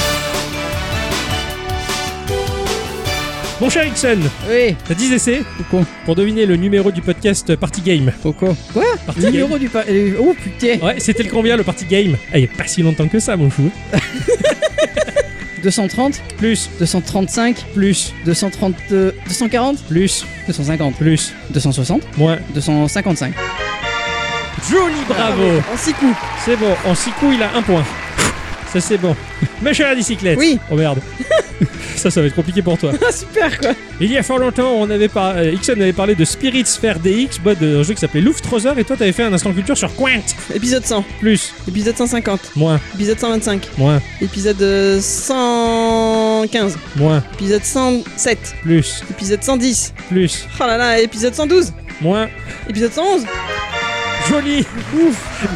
Mon cher Ixon, Oui. t'as dix essais Pourquoi pour deviner le numéro du podcast Party Game. Pourquoi Quoi Party Le Game. numéro du... pa- euh, Oh, putain. Ouais, c'était le combien le Party Game? Ah, il y a pas si longtemps que ça, mon chou. deux cent trente Plus, deux cent trente-cinq plus, deux cent trente euh, deux cent quarante plus, deux cent cinquante plus, deux cent soixante moins. deux cent cinquante-cinq Joli, bravo. En six coups. C'est bon, en six coups, il a un point. Ça c'est bon. Ma chère bicyclette. Oui. Oh merde. Ça, ça va être compliqué pour toi. Ah, super quoi. Il y a fort longtemps, on avait par... euh, Ixon avait parlé de Spirit Sphere D X, mode d'un jeu qui s'appelait Luftrother, et toi t'avais fait un instant culture sur Quint. Épisode cent. Plus, Épisode cent cinquante. moins, Épisode cent vingt-cinq. moins, Épisode euh, cent quinze. moins, Épisode cent sept. plus, Épisode cent dix. plus, Oh là là, épisode cent douze. moins. Épisode cent onze. Joli. Ouf.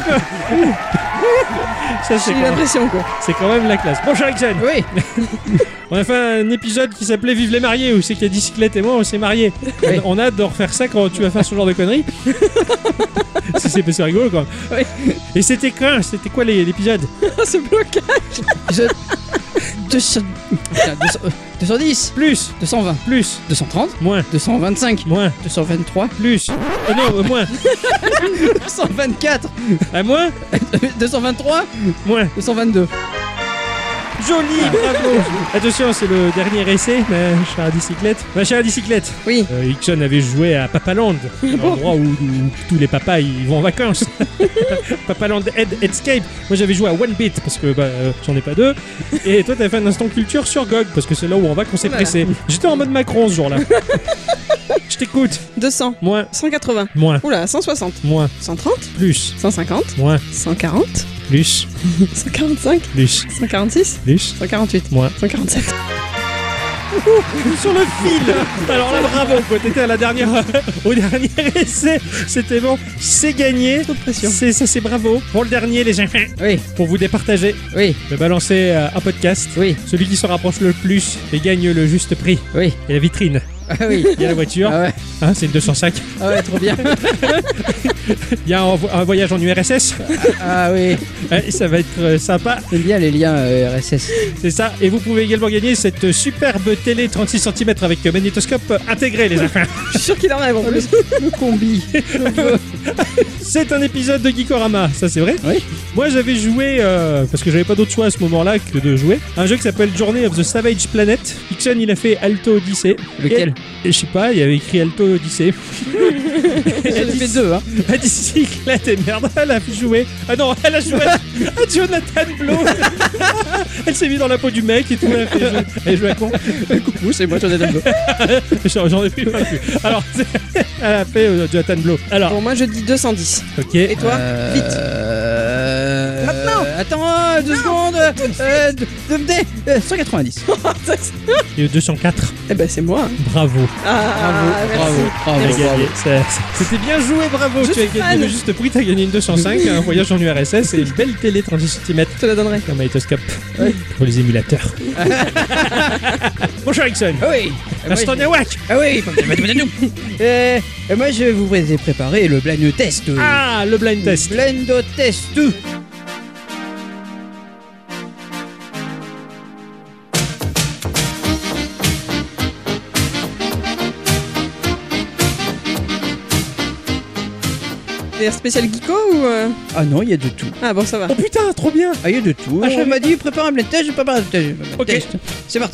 Ça c'est J'ai eu quand, même... l'impression quoi. c'est quand même la classe. Bon, cher Ixon, Oui. on a fait un épisode qui s'appelait Vive les mariés, où c'est qu'il y a Bicyclette et moi, on s'est mariés. Oui. On a hâte de refaire ça quand tu vas faire ce genre de conneries. c'est, c'est, c'est rigolo quand même. Oui. Et c'était quoi C'était quoi les- l'épisode Oh, ce blocage. Épisode deux cents... Putain, deux cents, euh, deux cent dix, Plus, deux cent vingt, plus, deux cent trente, moins, deux cent vingt-cinq, moins, deux cent vingt-trois, plus. Oh non, euh, moins. deux cent vingt-quatre, À moins, deux cent vingt-trois, moins. deux cent vingt-deux. Joli, bravo. Attention, c'est le dernier essai, ma chère bicyclette. Ma chère bicyclette. Oui. Euh, Ixon avait joué à Papaland, un endroit où, où tous les papas ils vont en vacances. Papaland Head Headscape. Moi j'avais joué à One Bit parce que bah, euh, j'en ai pas deux. Et toi t'avais fait un instant culture sur G O G parce que c'est là où on va qu'on s'est Voilà. pressé. J'étais en mode Macron ce jour-là. Je t'écoute. deux cents. Moins, cent quatre-vingts. moins, Oula, cent soixante. moins, cent trente. plus, cent cinquante. moins, cent quarante. plus, cent quarante-cinq. plus, cent quarante-six. plus, cent quarante-huit. moins. cent quarante-sept. Sur le fil. Alors là, bravo, quoi. T'étais à la dernière, au dernier essai. C'était bon. C'est gagné. Trop de pression. C'est ça, c'est bravo. Pour le dernier, les enfants, Oui, pour vous départager, oui, je vais balancer euh, un podcast. oui, Celui qui se rapproche le plus et gagne le juste prix. oui. Et la vitrine. Ah oui. Il y a la voiture. Ah ouais, Hein, c'est une deux cent cinq. ah ouais, trop bien. Il y a un, vo- un voyage en U R S S. Ah oui, Ouais, ça va être euh, sympa. j'aime bien les liens euh, R S S. C'est ça. Et vous pouvez également gagner cette superbe télé trente-six centimètres avec euh, magnétoscope intégré, les enfants. Je suis sûr qu'il en rêve en plus. Le combi. C'est un épisode de Geekorama, ça c'est vrai. Oui. Moi j'avais joué, euh, parce que j'avais pas d'autre choix à ce moment-là que de jouer, un jeu qui s'appelle Journey of the Savage Planet. Ixon il a fait Alto Odyssey. Lequel? Et, et je sais pas, il y avait écrit Alto Odyssey. J'en ai fait deux, hein. La bicyclette et merde, elle a joué. Ah non, elle a joué à, à Jonathan Blow. Elle s'est mise dans la peau du mec et tout. Elle a, fait jouer, elle a joué à con. Coucou, c'est moi, j'en ai deux. J'en j'en ai pris pas plus. Alors, elle a fait euh, Jonathan Blow. Alors, Bon, moi je dis deux cent dix. ok. Et toi? Euh, Vite. euh, Maintenant. Attends, euh, deux secondes. Euh, de, de, de- euh, cent quatre-vingt-dix. Et deux cent quatre. Eh ben c'est moi. Bravo. Ah, merci. bravo, T'as bravo, gagné. bravo. Ça- C'était bien joué, bravo. Je tu as suis gagné fan. le juste prix. T'as gagné une deux cent cinq, un voyage en U R S S et une belle télé trente-six centimètres. Je te la donnerai. Un magnétoscope pour les émulateurs. Bonjour Ixon. Ah oui. Instant Nawak. Ah oui. Euh, euh, moi, je vous ai préparé le blind test. Ah, le blind test. Blind test. C'est un spécial geeko ou. euh Ah non, il y a de tout. Ah bon, ça va. Oh putain, trop bien. Ah, il y a de tout. Ah, je On savais m'a dit prépare un blind test, je prépare un blind test. je prépare un Ok. test. C'est parti.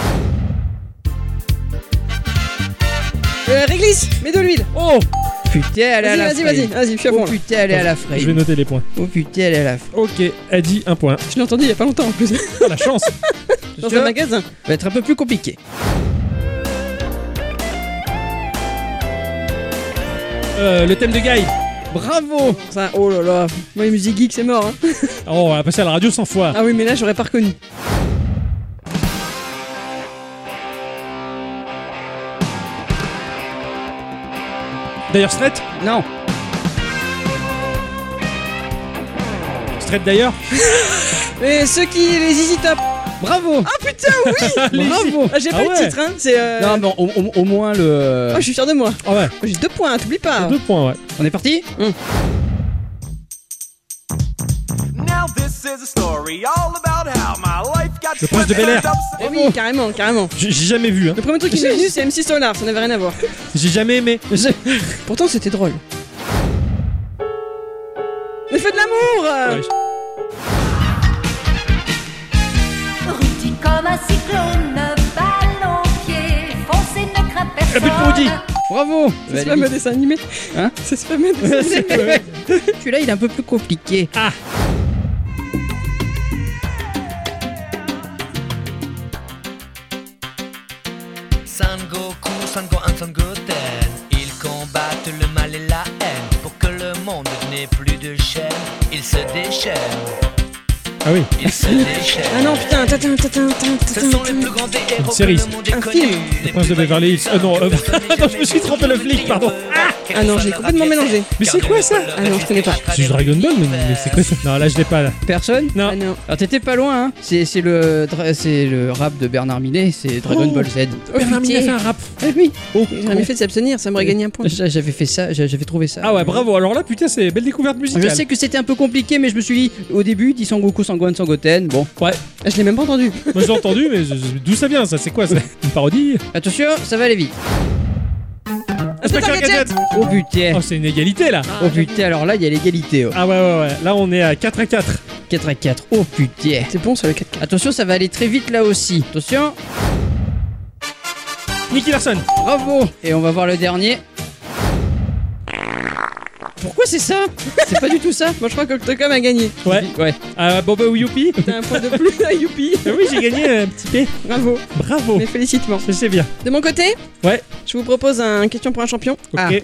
Euh, réglisse, mets de l'huile. Oh, Putain, elle est à Vas-y, la vas-y, fraise. vas-y, vas-y, je suis à Oh fond là. putain, elle est à la fraise. je vais noter les points. Oh putain, elle est à la fraise. Ok, a dit un point. Je l'ai entendu il y a pas longtemps en plus. Oh, la chance. Dans sûr un magasin. Va être un peu plus compliqué. Euh, le thème de Guy. Bravo. Ça, oh là là. Moi, les musiques geek, c'est mort. Hein. Oh, on va passer à la radio cent fois. Ah oui, mais là, j'aurais pas reconnu. D'ailleurs, Straight. Non. Straight d'ailleurs. Et ceux qui. Les Easy Top. Bravo. Ah putain, oui. Bravo. Ah, j'ai pas Ah le ouais. titre, hein. C'est. Euh... Non, mais au, au- au moins le. Oh, je suis fier de moi. Ah ouais. J'ai deux points, hein, t'oublies pas. Deux points, ouais. On est parti. Now this is a story all about how my life got Le Prince de Bel-Air. Eh oui, carrément, carrément. J'ai j'ai jamais vu, hein. Le premier truc qui m'est venu, c'est M six Solar, ça n'avait rien à voir. J'ai jamais aimé. Pourtant, c'était drôle. Mais fais de l'amour euh. Ouais. Rudy comme un cyclone, balle au pied, foncez, ne crains personne. La bulle pour Woody. Bravo. C'est ce fameux dessin animé. Hein C'est ce fameux dessin animé. Celui-là, il est un peu plus compliqué. Ah. Sango and Sangoten. Ils combattent le mal et la haine. Pour que le monde n'ait plus de chaîne, ils se déchaînent. Ah oui. Ils se déchaînent. Ah non, putain, tatin, tatin, tatin, Ce sont les plus grands des héros Une série. que le monde ait Un connu. film. Le Prince de Beverly Hills. Ah non, euh, non, je me suis trompé le flic, pardon. Ah non, j'ai complètement mélangé. Mais c'est quoi ça? Ah non, je connais pas. C'est du Dragon Ball, mais, mais c'est quoi ça? Non, là je l'ai pas là. Personne Non. Ah non. Alors t'étais pas loin, hein. C'est c'est le dra- c'est le rap de Bernard Minet, c'est Dragon Oh. Ball Z. Bernard Minet a fait un rap. Ah oui. Oh. J'aurais mieux fait de s'abstenir, ça m'aurait gagné un point. J'a- J'avais fait ça, j'a- j'avais trouvé ça. Ah ouais, bravo. Alors là, putain, c'est belle découverte musicale. Je sais que c'était un peu compliqué, mais je me suis dit au début, dit Sangoku, Sangohan, Sangoten. Bon, Ouais. Ah, je l'ai même pas entendu. Moi j'ai entendu, mais je- je- d'où ça vient ça? C'est quoi? C'est une parodie? attention, ça va aller vite. Inspecteur Gadget. Oh putain. Oh, c'est une égalité là. Oh putain, alors là, il y a l'égalité. Oh. Ah ouais, ouais, ouais. Là, on est à quatre à quatre. quatre à quatre. Oh putain. C'est bon, ça le quatre quatre. Attention, ça va aller très vite là aussi. Attention. Nicky Larson. Bravo. Et on va voir le dernier. Pourquoi c'est ça? C'est pas du tout ça. Bon, je crois que Octocom a gagné. Ouais. Ouais. Ah, bon bah, youpi. T'as un point de plus, là, youpi. Ah oui, j'ai gagné un petit P. Bravo. Bravo. Mais félicite-moi. Ça, c'est bien. De mon côté, Ouais. je vous propose un question pour un champion. Ok. Ah.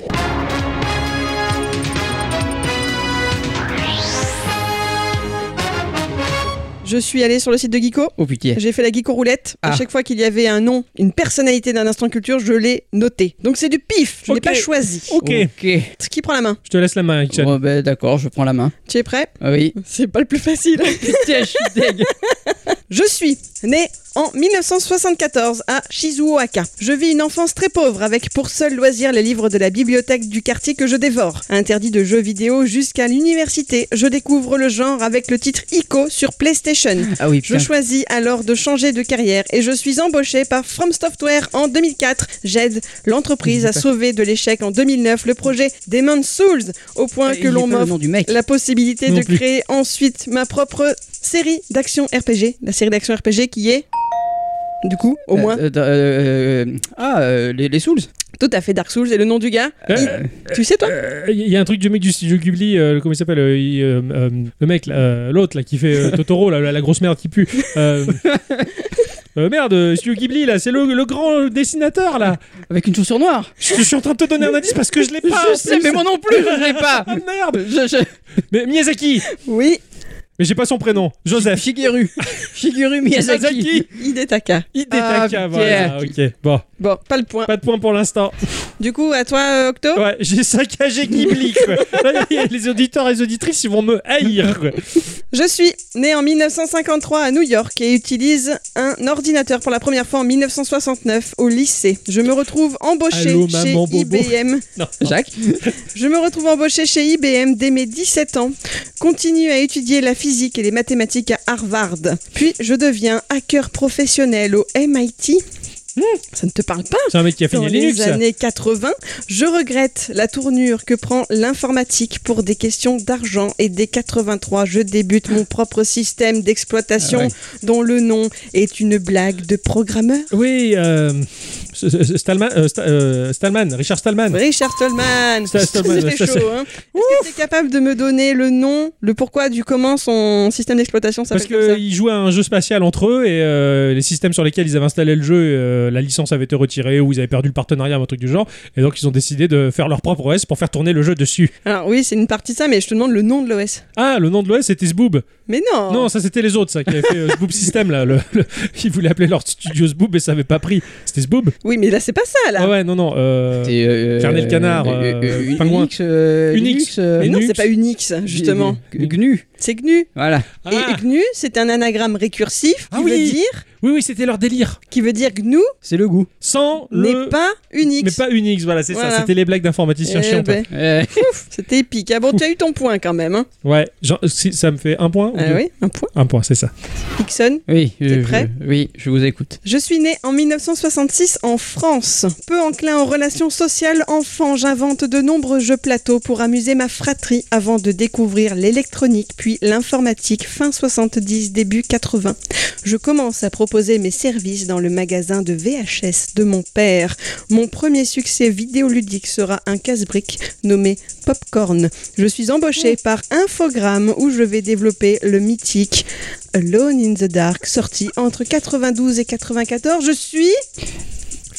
Je suis allé sur le site de Geeko. Oh putain. J'ai fait la Geeko roulette. À Ah. chaque fois qu'il y avait un nom, une personnalité d'un instant culture, je l'ai noté. Donc c'est du pif. Je Ok. l'ai pas choisi. Ok. Ok. Qui prend la main? Je te laisse la main, Action. Bon, ben d'accord, je prends la main. Tu es prêt? Ah oui. C'est pas le plus facile. Putain, je suis deg. Je suis né en mille neuf cent soixante-quatorze à Shizuoka. Je vis une enfance très pauvre avec pour seul loisir les livres de la bibliothèque du quartier que je dévore. Interdit de jeux vidéo jusqu'à l'université, je découvre le genre avec le titre Ico sur PlayStation. Ah oui, Je putain. choisis alors de changer de carrière et je suis embauché par From Software en deux mille quatre. J'aide l'entreprise à sauver de l'échec en deux mille neuf le projet Demon's Souls au point Il que est l'on pas le m'offre nom du mec. la possibilité Non de plus. créer ensuite ma propre série d'action R P G. La série d'action R P G qui est, du coup, au moins, Euh, euh, euh, ah, euh, les, les Souls. tout à fait Dark Souls. Et le nom du gars, Euh, il- tu sais toi? Il y a un truc du mec du studio Ghibli, euh, comment il s'appelle euh, il, euh, euh, le mec, là, euh, l'autre là qui fait euh, Totoro, là, la, la grosse merde qui pue. Euh, euh, merde, euh, studio Ghibli là, c'est le, le grand dessinateur là. Avec une chaussure noire. Je, je suis en train de te donner un indice parce que je l'ai pas. Je en sais, plus. mais moi non plus, je l'ai pas. Ah merde. Je, je... Mais Miyazaki. Oui, Mais j'ai pas son prénom. Joseph. Shigeru. Shigeru Miyazaki. Miyazaki. Hidetaka. Hidetaka, Ah, voilà. Ok. Bon, Bon, pas le point. pas de point pour l'instant. Du coup, à toi, euh, Octo. Ouais, j'ai saccagé Ghibli quoi. Là, les auditeurs et les auditrices ils vont me haïr quoi. Je suis né en mille neuf cent cinquante-trois à New York et utilise un ordinateur pour la première fois en mille neuf cent soixante-neuf au lycée. Je me retrouve embauché Allô, chez maman I Bobo. B M. Non. Jacques. Je me retrouve embauché chez I B M dès mes dix-sept ans. Continue à étudier la physique et les mathématiques à Harvard. Puis je deviens hacker professionnel au M I T. Hmm, ça ne te parle pas? C'est un mec qui a Dans fini les Linux. ça. années quatre-vingts, je regrette la tournure que prend l'informatique pour des questions d'argent et dès quatre-vingt-trois, je débute mon propre système d'exploitation Ah ouais. dont le nom est une blague de programmeur. Oui, euh, S- S- Stallman, euh, Sta- euh, Stallman, Richard Stallman. Richard Stallman, Ça, Stallman, c'était ça, chaud. c'est- Hein. Est-ce que tu es capable de me donner le nom, le pourquoi du comment son système d'exploitation Parce s'appelle comme ça? qu'ils jouaient à un jeu spatial entre eux et euh, les systèmes sur lesquels ils avaient installé le jeu, euh, la licence avait été retirée ou ils avaient perdu le partenariat, un truc du genre. Et donc ils ont décidé de faire leur propre O S pour faire tourner le jeu dessus. Alors oui, c'est une partie de ça, mais je te demande le nom de l'O S. Ah, le nom de l'O S c'était Zboob. Mais non. Non, ça c'était les autres, ça, qui avaient fait euh, Zboob System là. Le, le- ils voulaient appeler leur studio Zboob et ça avait pas pris. C'était Zboob. Oui, mais là c'est pas ça là. Ouais, ouais, non, non. Euh... C'est, euh, Kernel Canard, euh, euh, euh, Pingouin. Unix. euh, Unix. Linux, euh, Mais non, Linux. c'est pas Unix justement. G- G- G N U. C'est G N U. Voilà. Ah. Et G N U, c'est un anagramme récursif qui Ah veut oui. dire Oui, oui, c'était leur délire. qui veut dire G N U C'est le goût. Sans n'est le. pas Unix. Mais pas Unix, voilà, c'est Voilà. ça. C'était les blagues d'informaticiens Eh chiantes. ben, Euh, c'était épique. Ah bon, tu as eu ton point quand même. Hein. Ouais, genre, si- ça me fait un point ou Ah deux oui, un point. Un point, c'est ça. Ixon. oui. T'es je- prêt je- Oui, je vous écoute. Je suis né en mille neuf cent soixante-six en France. Peu enclin aux relations sociales enfant, j'invente de nombreux jeux plateaux pour amuser ma fratrie avant de découvrir l'électronique puis l'informatique fin soixante-dix, début quatre-vingts. Je commence à proposer mes services dans le magasin de V H S de mon père. Mon premier succès vidéoludique sera un casse-brique nommé Popcorn. Je suis embauché par Infogrames où je vais développer le mythique Alone in the Dark, sorti entre quatre-vingt-douze et quatre-vingt-quatorze. Je suis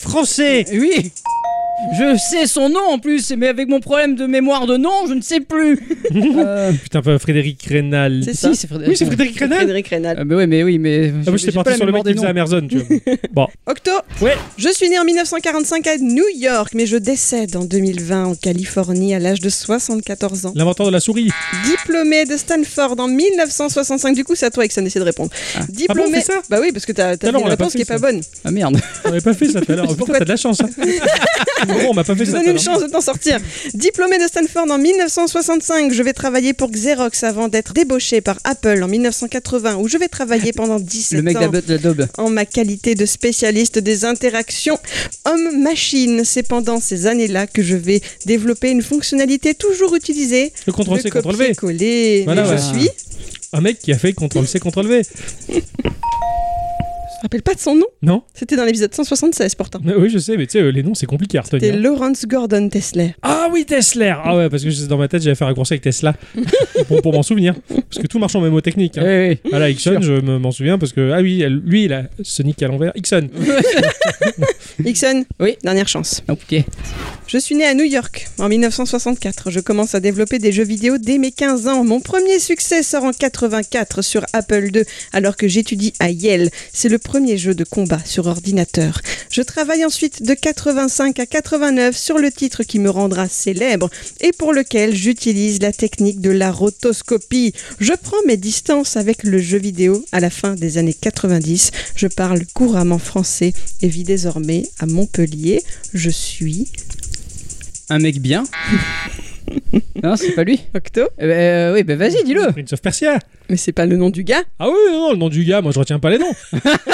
français. Oui. Je sais son nom en plus, mais avec mon problème de mémoire de nom, je ne sais plus. euh... Putain, pas Frédéric Rénal. C'est Si, ça. c'est Frédéric. Oui, c'est Frédéric Rénal. Frédéric Rénal. Ah, bah ouais, mais oui, mais. Ah, moi, j'étais parti sur le mec qui faisait Amazon, tu vois. Bon. Octo. Ouais. Je suis né en mille neuf cent quarante-cinq à New York, mais je décède en deux mille vingt en Californie à l'âge de soixante-quatorze ans. L'inventeur de la souris. Diplômé de Stanford en mille neuf cent soixante-cinq. Du coup, c'est à toi, Ixon, essaie de répondre. Ah Diplômé. bon, on fait ça Bah oui, parce que t'as, t'as Ah non, fait on une l'a pas réponse fait, qui est ça. pas bonne. Ah merde. On n'avait pas fait ça tout à l'heure. Putain, Pourquoi t'as de la chance. Hein. Bon, on m'a pas fait Je ça. donne tout à une l'heure. chance de t'en sortir. Diplômé de Stanford en mille neuf cent soixante-cinq, je vais travailler pour Xerox avant d'être débauché par Apple en mille neuf cent quatre-vingts, où je vais travailler pendant dix-sept Le mec ans d'Adobe. en ma qualité de spécialiste des interactions homme-machine. C'est pendant ces années-là que je vais développer une fonctionnalité toujours utilisée. Le contrôle C, de contrôle V. copier-coller. Voilà, Mais ouais. je suis... Un mec qui a fait contrôle C, contrôle V. Je me rappelle pas de son nom. Non. C'était dans l'épisode cent soixante-seize pourtant. Mais oui, je sais, mais tu sais, euh, les noms, c'est compliqué à retenir. C'était Lawrence Gordon Tessler. Ah oui, Tesla. Ah ouais, parce que je- dans ma tête, j'avais fait un raccourci avec Tesla. pour pour m'en souvenir. Parce que tout marche en mémotechnique. Hein. Oui, oui. Voilà, Ixon, je me- m'en souviens parce que, ah oui, elle- lui, il a Sonic à l'envers. Ixon. Ixon, Oui. dernière chance. Ok. Je suis né à New York en mille neuf cent soixante-quatre. Je commence à développer des jeux vidéo dès mes quinze ans. Mon premier succès sort en quatre-vingt-quatre sur Apple deux alors que j'étudie à Yale. C'est le premier jeu de combat sur ordinateur. Je travaille ensuite de quatre-vingt-cinq à quatre-vingt-neuf sur le titre qui me rendra célèbre et pour lequel j'utilise la technique de la rotoscopie. Je prends mes distances avec le jeu vidéo à la fin des années quatre-vingt-dix. Je parle couramment français et vis désormais à Montpellier. Je suis... Un mec bien. Non, c'est pas lui. Octo. Eh ben, euh, oui, bah vas-y, dis-le. Prince of Persia. Mais c'est pas le nom du gars. Ah oui, non, non, le nom du gars, moi je retiens pas les noms.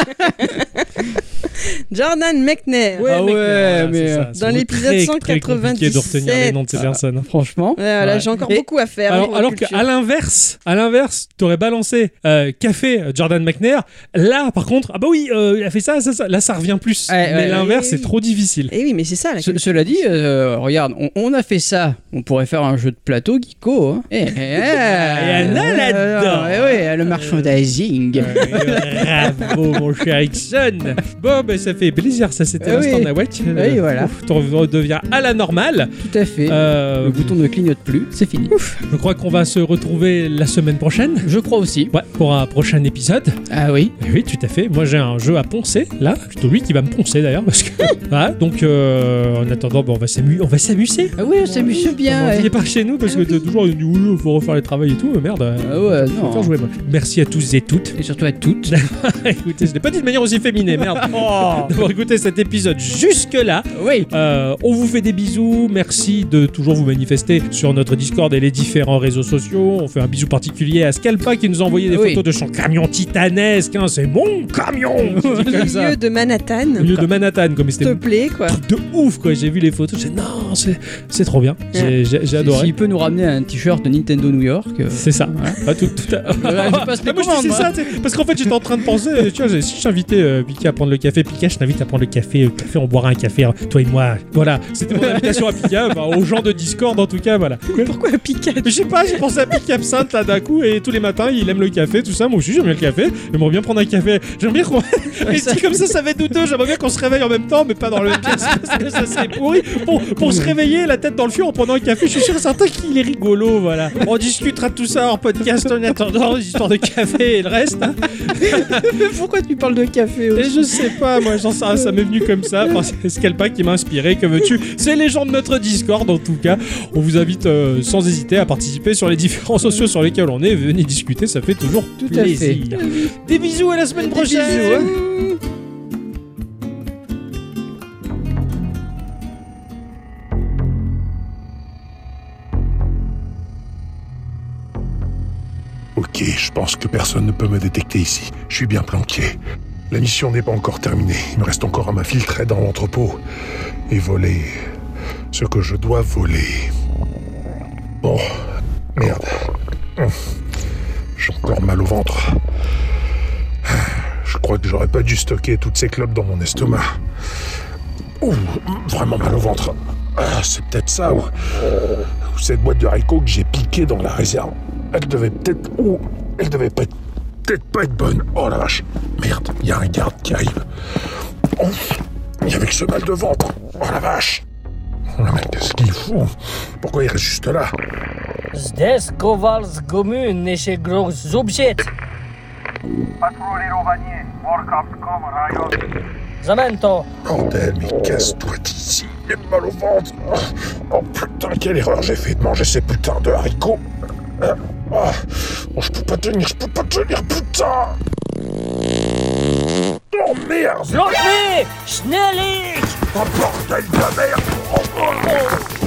Jordan McNair. Ouais, ah ouais, voilà, mais, c'est ça. euh, C'est dans l'épisode très, cent très compliqué de retenir les noms de ces personnes. Franchement. Ouais, voilà, Ouais. j'ai encore Et- beaucoup à faire. Alors, pour la alors culture. qu'à l'inverse, à l'inverse, t'aurais balancé euh, Café euh, Jordan McNair. Là, par contre, ah bah oui, euh, il a fait ça, ça, ça. Là, ça revient plus. Ouais, mais ouais, l'inverse, ouais. c'est trop difficile. Eh oui, mais c'est ça la Ce- culture. cela dit, euh, regarde, on, on a fait ça. On pourrait faire un jeu de plateau, Geeko. Hein. Eh, eh, eh, en a là-dedans. eh ouais, le merchandising. Euh, Bravo, mon cher Ixon. Bon, ben ça fait plaisir. Ça, c'était Ah oui. l'instant Nawak. Oui, voilà. Ouf, tu redeviens à la normale. Tout à fait. Euh, Le bouton ne clignote plus, c'est fini. je crois qu'on va se retrouver la semaine prochaine. Je crois aussi. Ouais, pour un prochain épisode. Ah oui. Eh oui, tout à fait. Moi, j'ai un jeu à poncer, là. Plutôt lui qui va me poncer, d'ailleurs, parce que... voilà, donc, euh, en attendant, bon, on va s'amu- on va s'amuser. Ah oui, c'est monsieur bien. On ouais. vient pas chez nous, parce que t'as toujours dit, oui, il faut refaire les travaux et tout. Merde. Ah ouais, Faut non. faire jouer, moi. Merci à tous et toutes. Et surtout à toutes. Écoutez, je l'ai pas dit de manière aussi féminine, merde. D'avoir écouté cet épisode jusque-là. Oui. Euh, on vous fait des bisous. Merci de toujours vous manifester sur notre Discord et les différents réseaux sociaux. On fait un bisou particulier à Scalpa qui nous a envoyé des Oui. photos de son camion titanesque. hein. C'est mon camion. Au C'est comme ça. milieu de Manhattan. Au milieu de Manhattan, comme S'il te c'était plaît, quoi. truc de ouf quoi. J'ai vu les photos. J'ai dit, non, c'est c'est trop bien. J'ai j'ai- j'ai adoré. S'il peut nous ramener un t-shirt de Nintendo New York. euh, C'est ça. voilà. Ah, tout, tout à... Voilà, je passe les Ah, moi je commandes, disais moi. ça, tu sais, parce qu'en fait j'étais en train de penser, euh, tu vois, si j'invitais euh, Pika à prendre le café, Pika, je t'invite à prendre le café, euh, café, on boira un café, hein, toi et moi. Voilà, c'était mon invitation à Pika, enfin, aux gens de Discord en tout cas, voilà. Quoi Pourquoi Pikachu? Mais je sais pas, j'ai pensé à Pika Absinthe là d'un coup, et tous les matins il aime le café, tout ça, moi aussi j'aime bien le café, j'aimerais bien prendre un café, j'aimerais bien qu'on. Et ça- si comme ça ça va être douteux, j'aimerais bien qu'on se réveille en même temps, mais pas dans le même pièce, parce que ça serait pourri. Pour, pour se réveiller, la tête dans le fion en prenant un café, je suis sûr et certain qu'il est rigolo, voilà. On discutera de tout ça en podcast en attendant, les histoires de café et le reste. hein. Pourquoi tu parles de café Et aussi je sais pas, moi, j'en sais rien, ça m'est venu comme ça. Enfin, c'est Scalpa qui m'a inspiré, que veux-tu? C'est les gens de notre Discord, en tout cas. On vous invite euh, sans hésiter à participer sur les différents sociaux sur lesquels on est. Venez discuter, ça fait toujours Tout à plaisir. Des bisous à la semaine prochaine. bisous, hein. Ok, je pense que personne ne peut me détecter ici. Je suis bien planqué. La mission n'est pas encore terminée. Il me reste encore à m'infiltrer dans l'entrepôt et voler ce que je dois voler. Bon, merde. Hum. J'ai encore mal au ventre. Je crois que j'aurais pas dû stocker toutes ces clopes dans mon estomac. Ouh, vraiment mal au ventre. Ah, c'est peut-être ça ou, ou cette boîte de haricots que j'ai piquée dans la réserve. Elle devait peut-être... Ouh, elle devait pas être... peut-être pas être bonne. Oh la vache. Merde, il y a un garde qui arrive. Oh, nuit avec ce mal de ventre. Oh la vache. Oh, mais qu'est-ce qu'il fout? Pourquoi il reste juste là? Здесь ковалс гуму неше грох зубжет. Патрулирование в Ворковском районе. Замento. Bordel, mais casse-toi d'ici, j'ai mal au ventre. Oh putain, quelle erreur j'ai fait de manger ces putains de haricots. Ah, ah, oh, je peux pas tenir, je peux pas tenir, putain. Oh merde. Flotme! Schnellig! Oh bordel de la merde. Oh, oh, oh.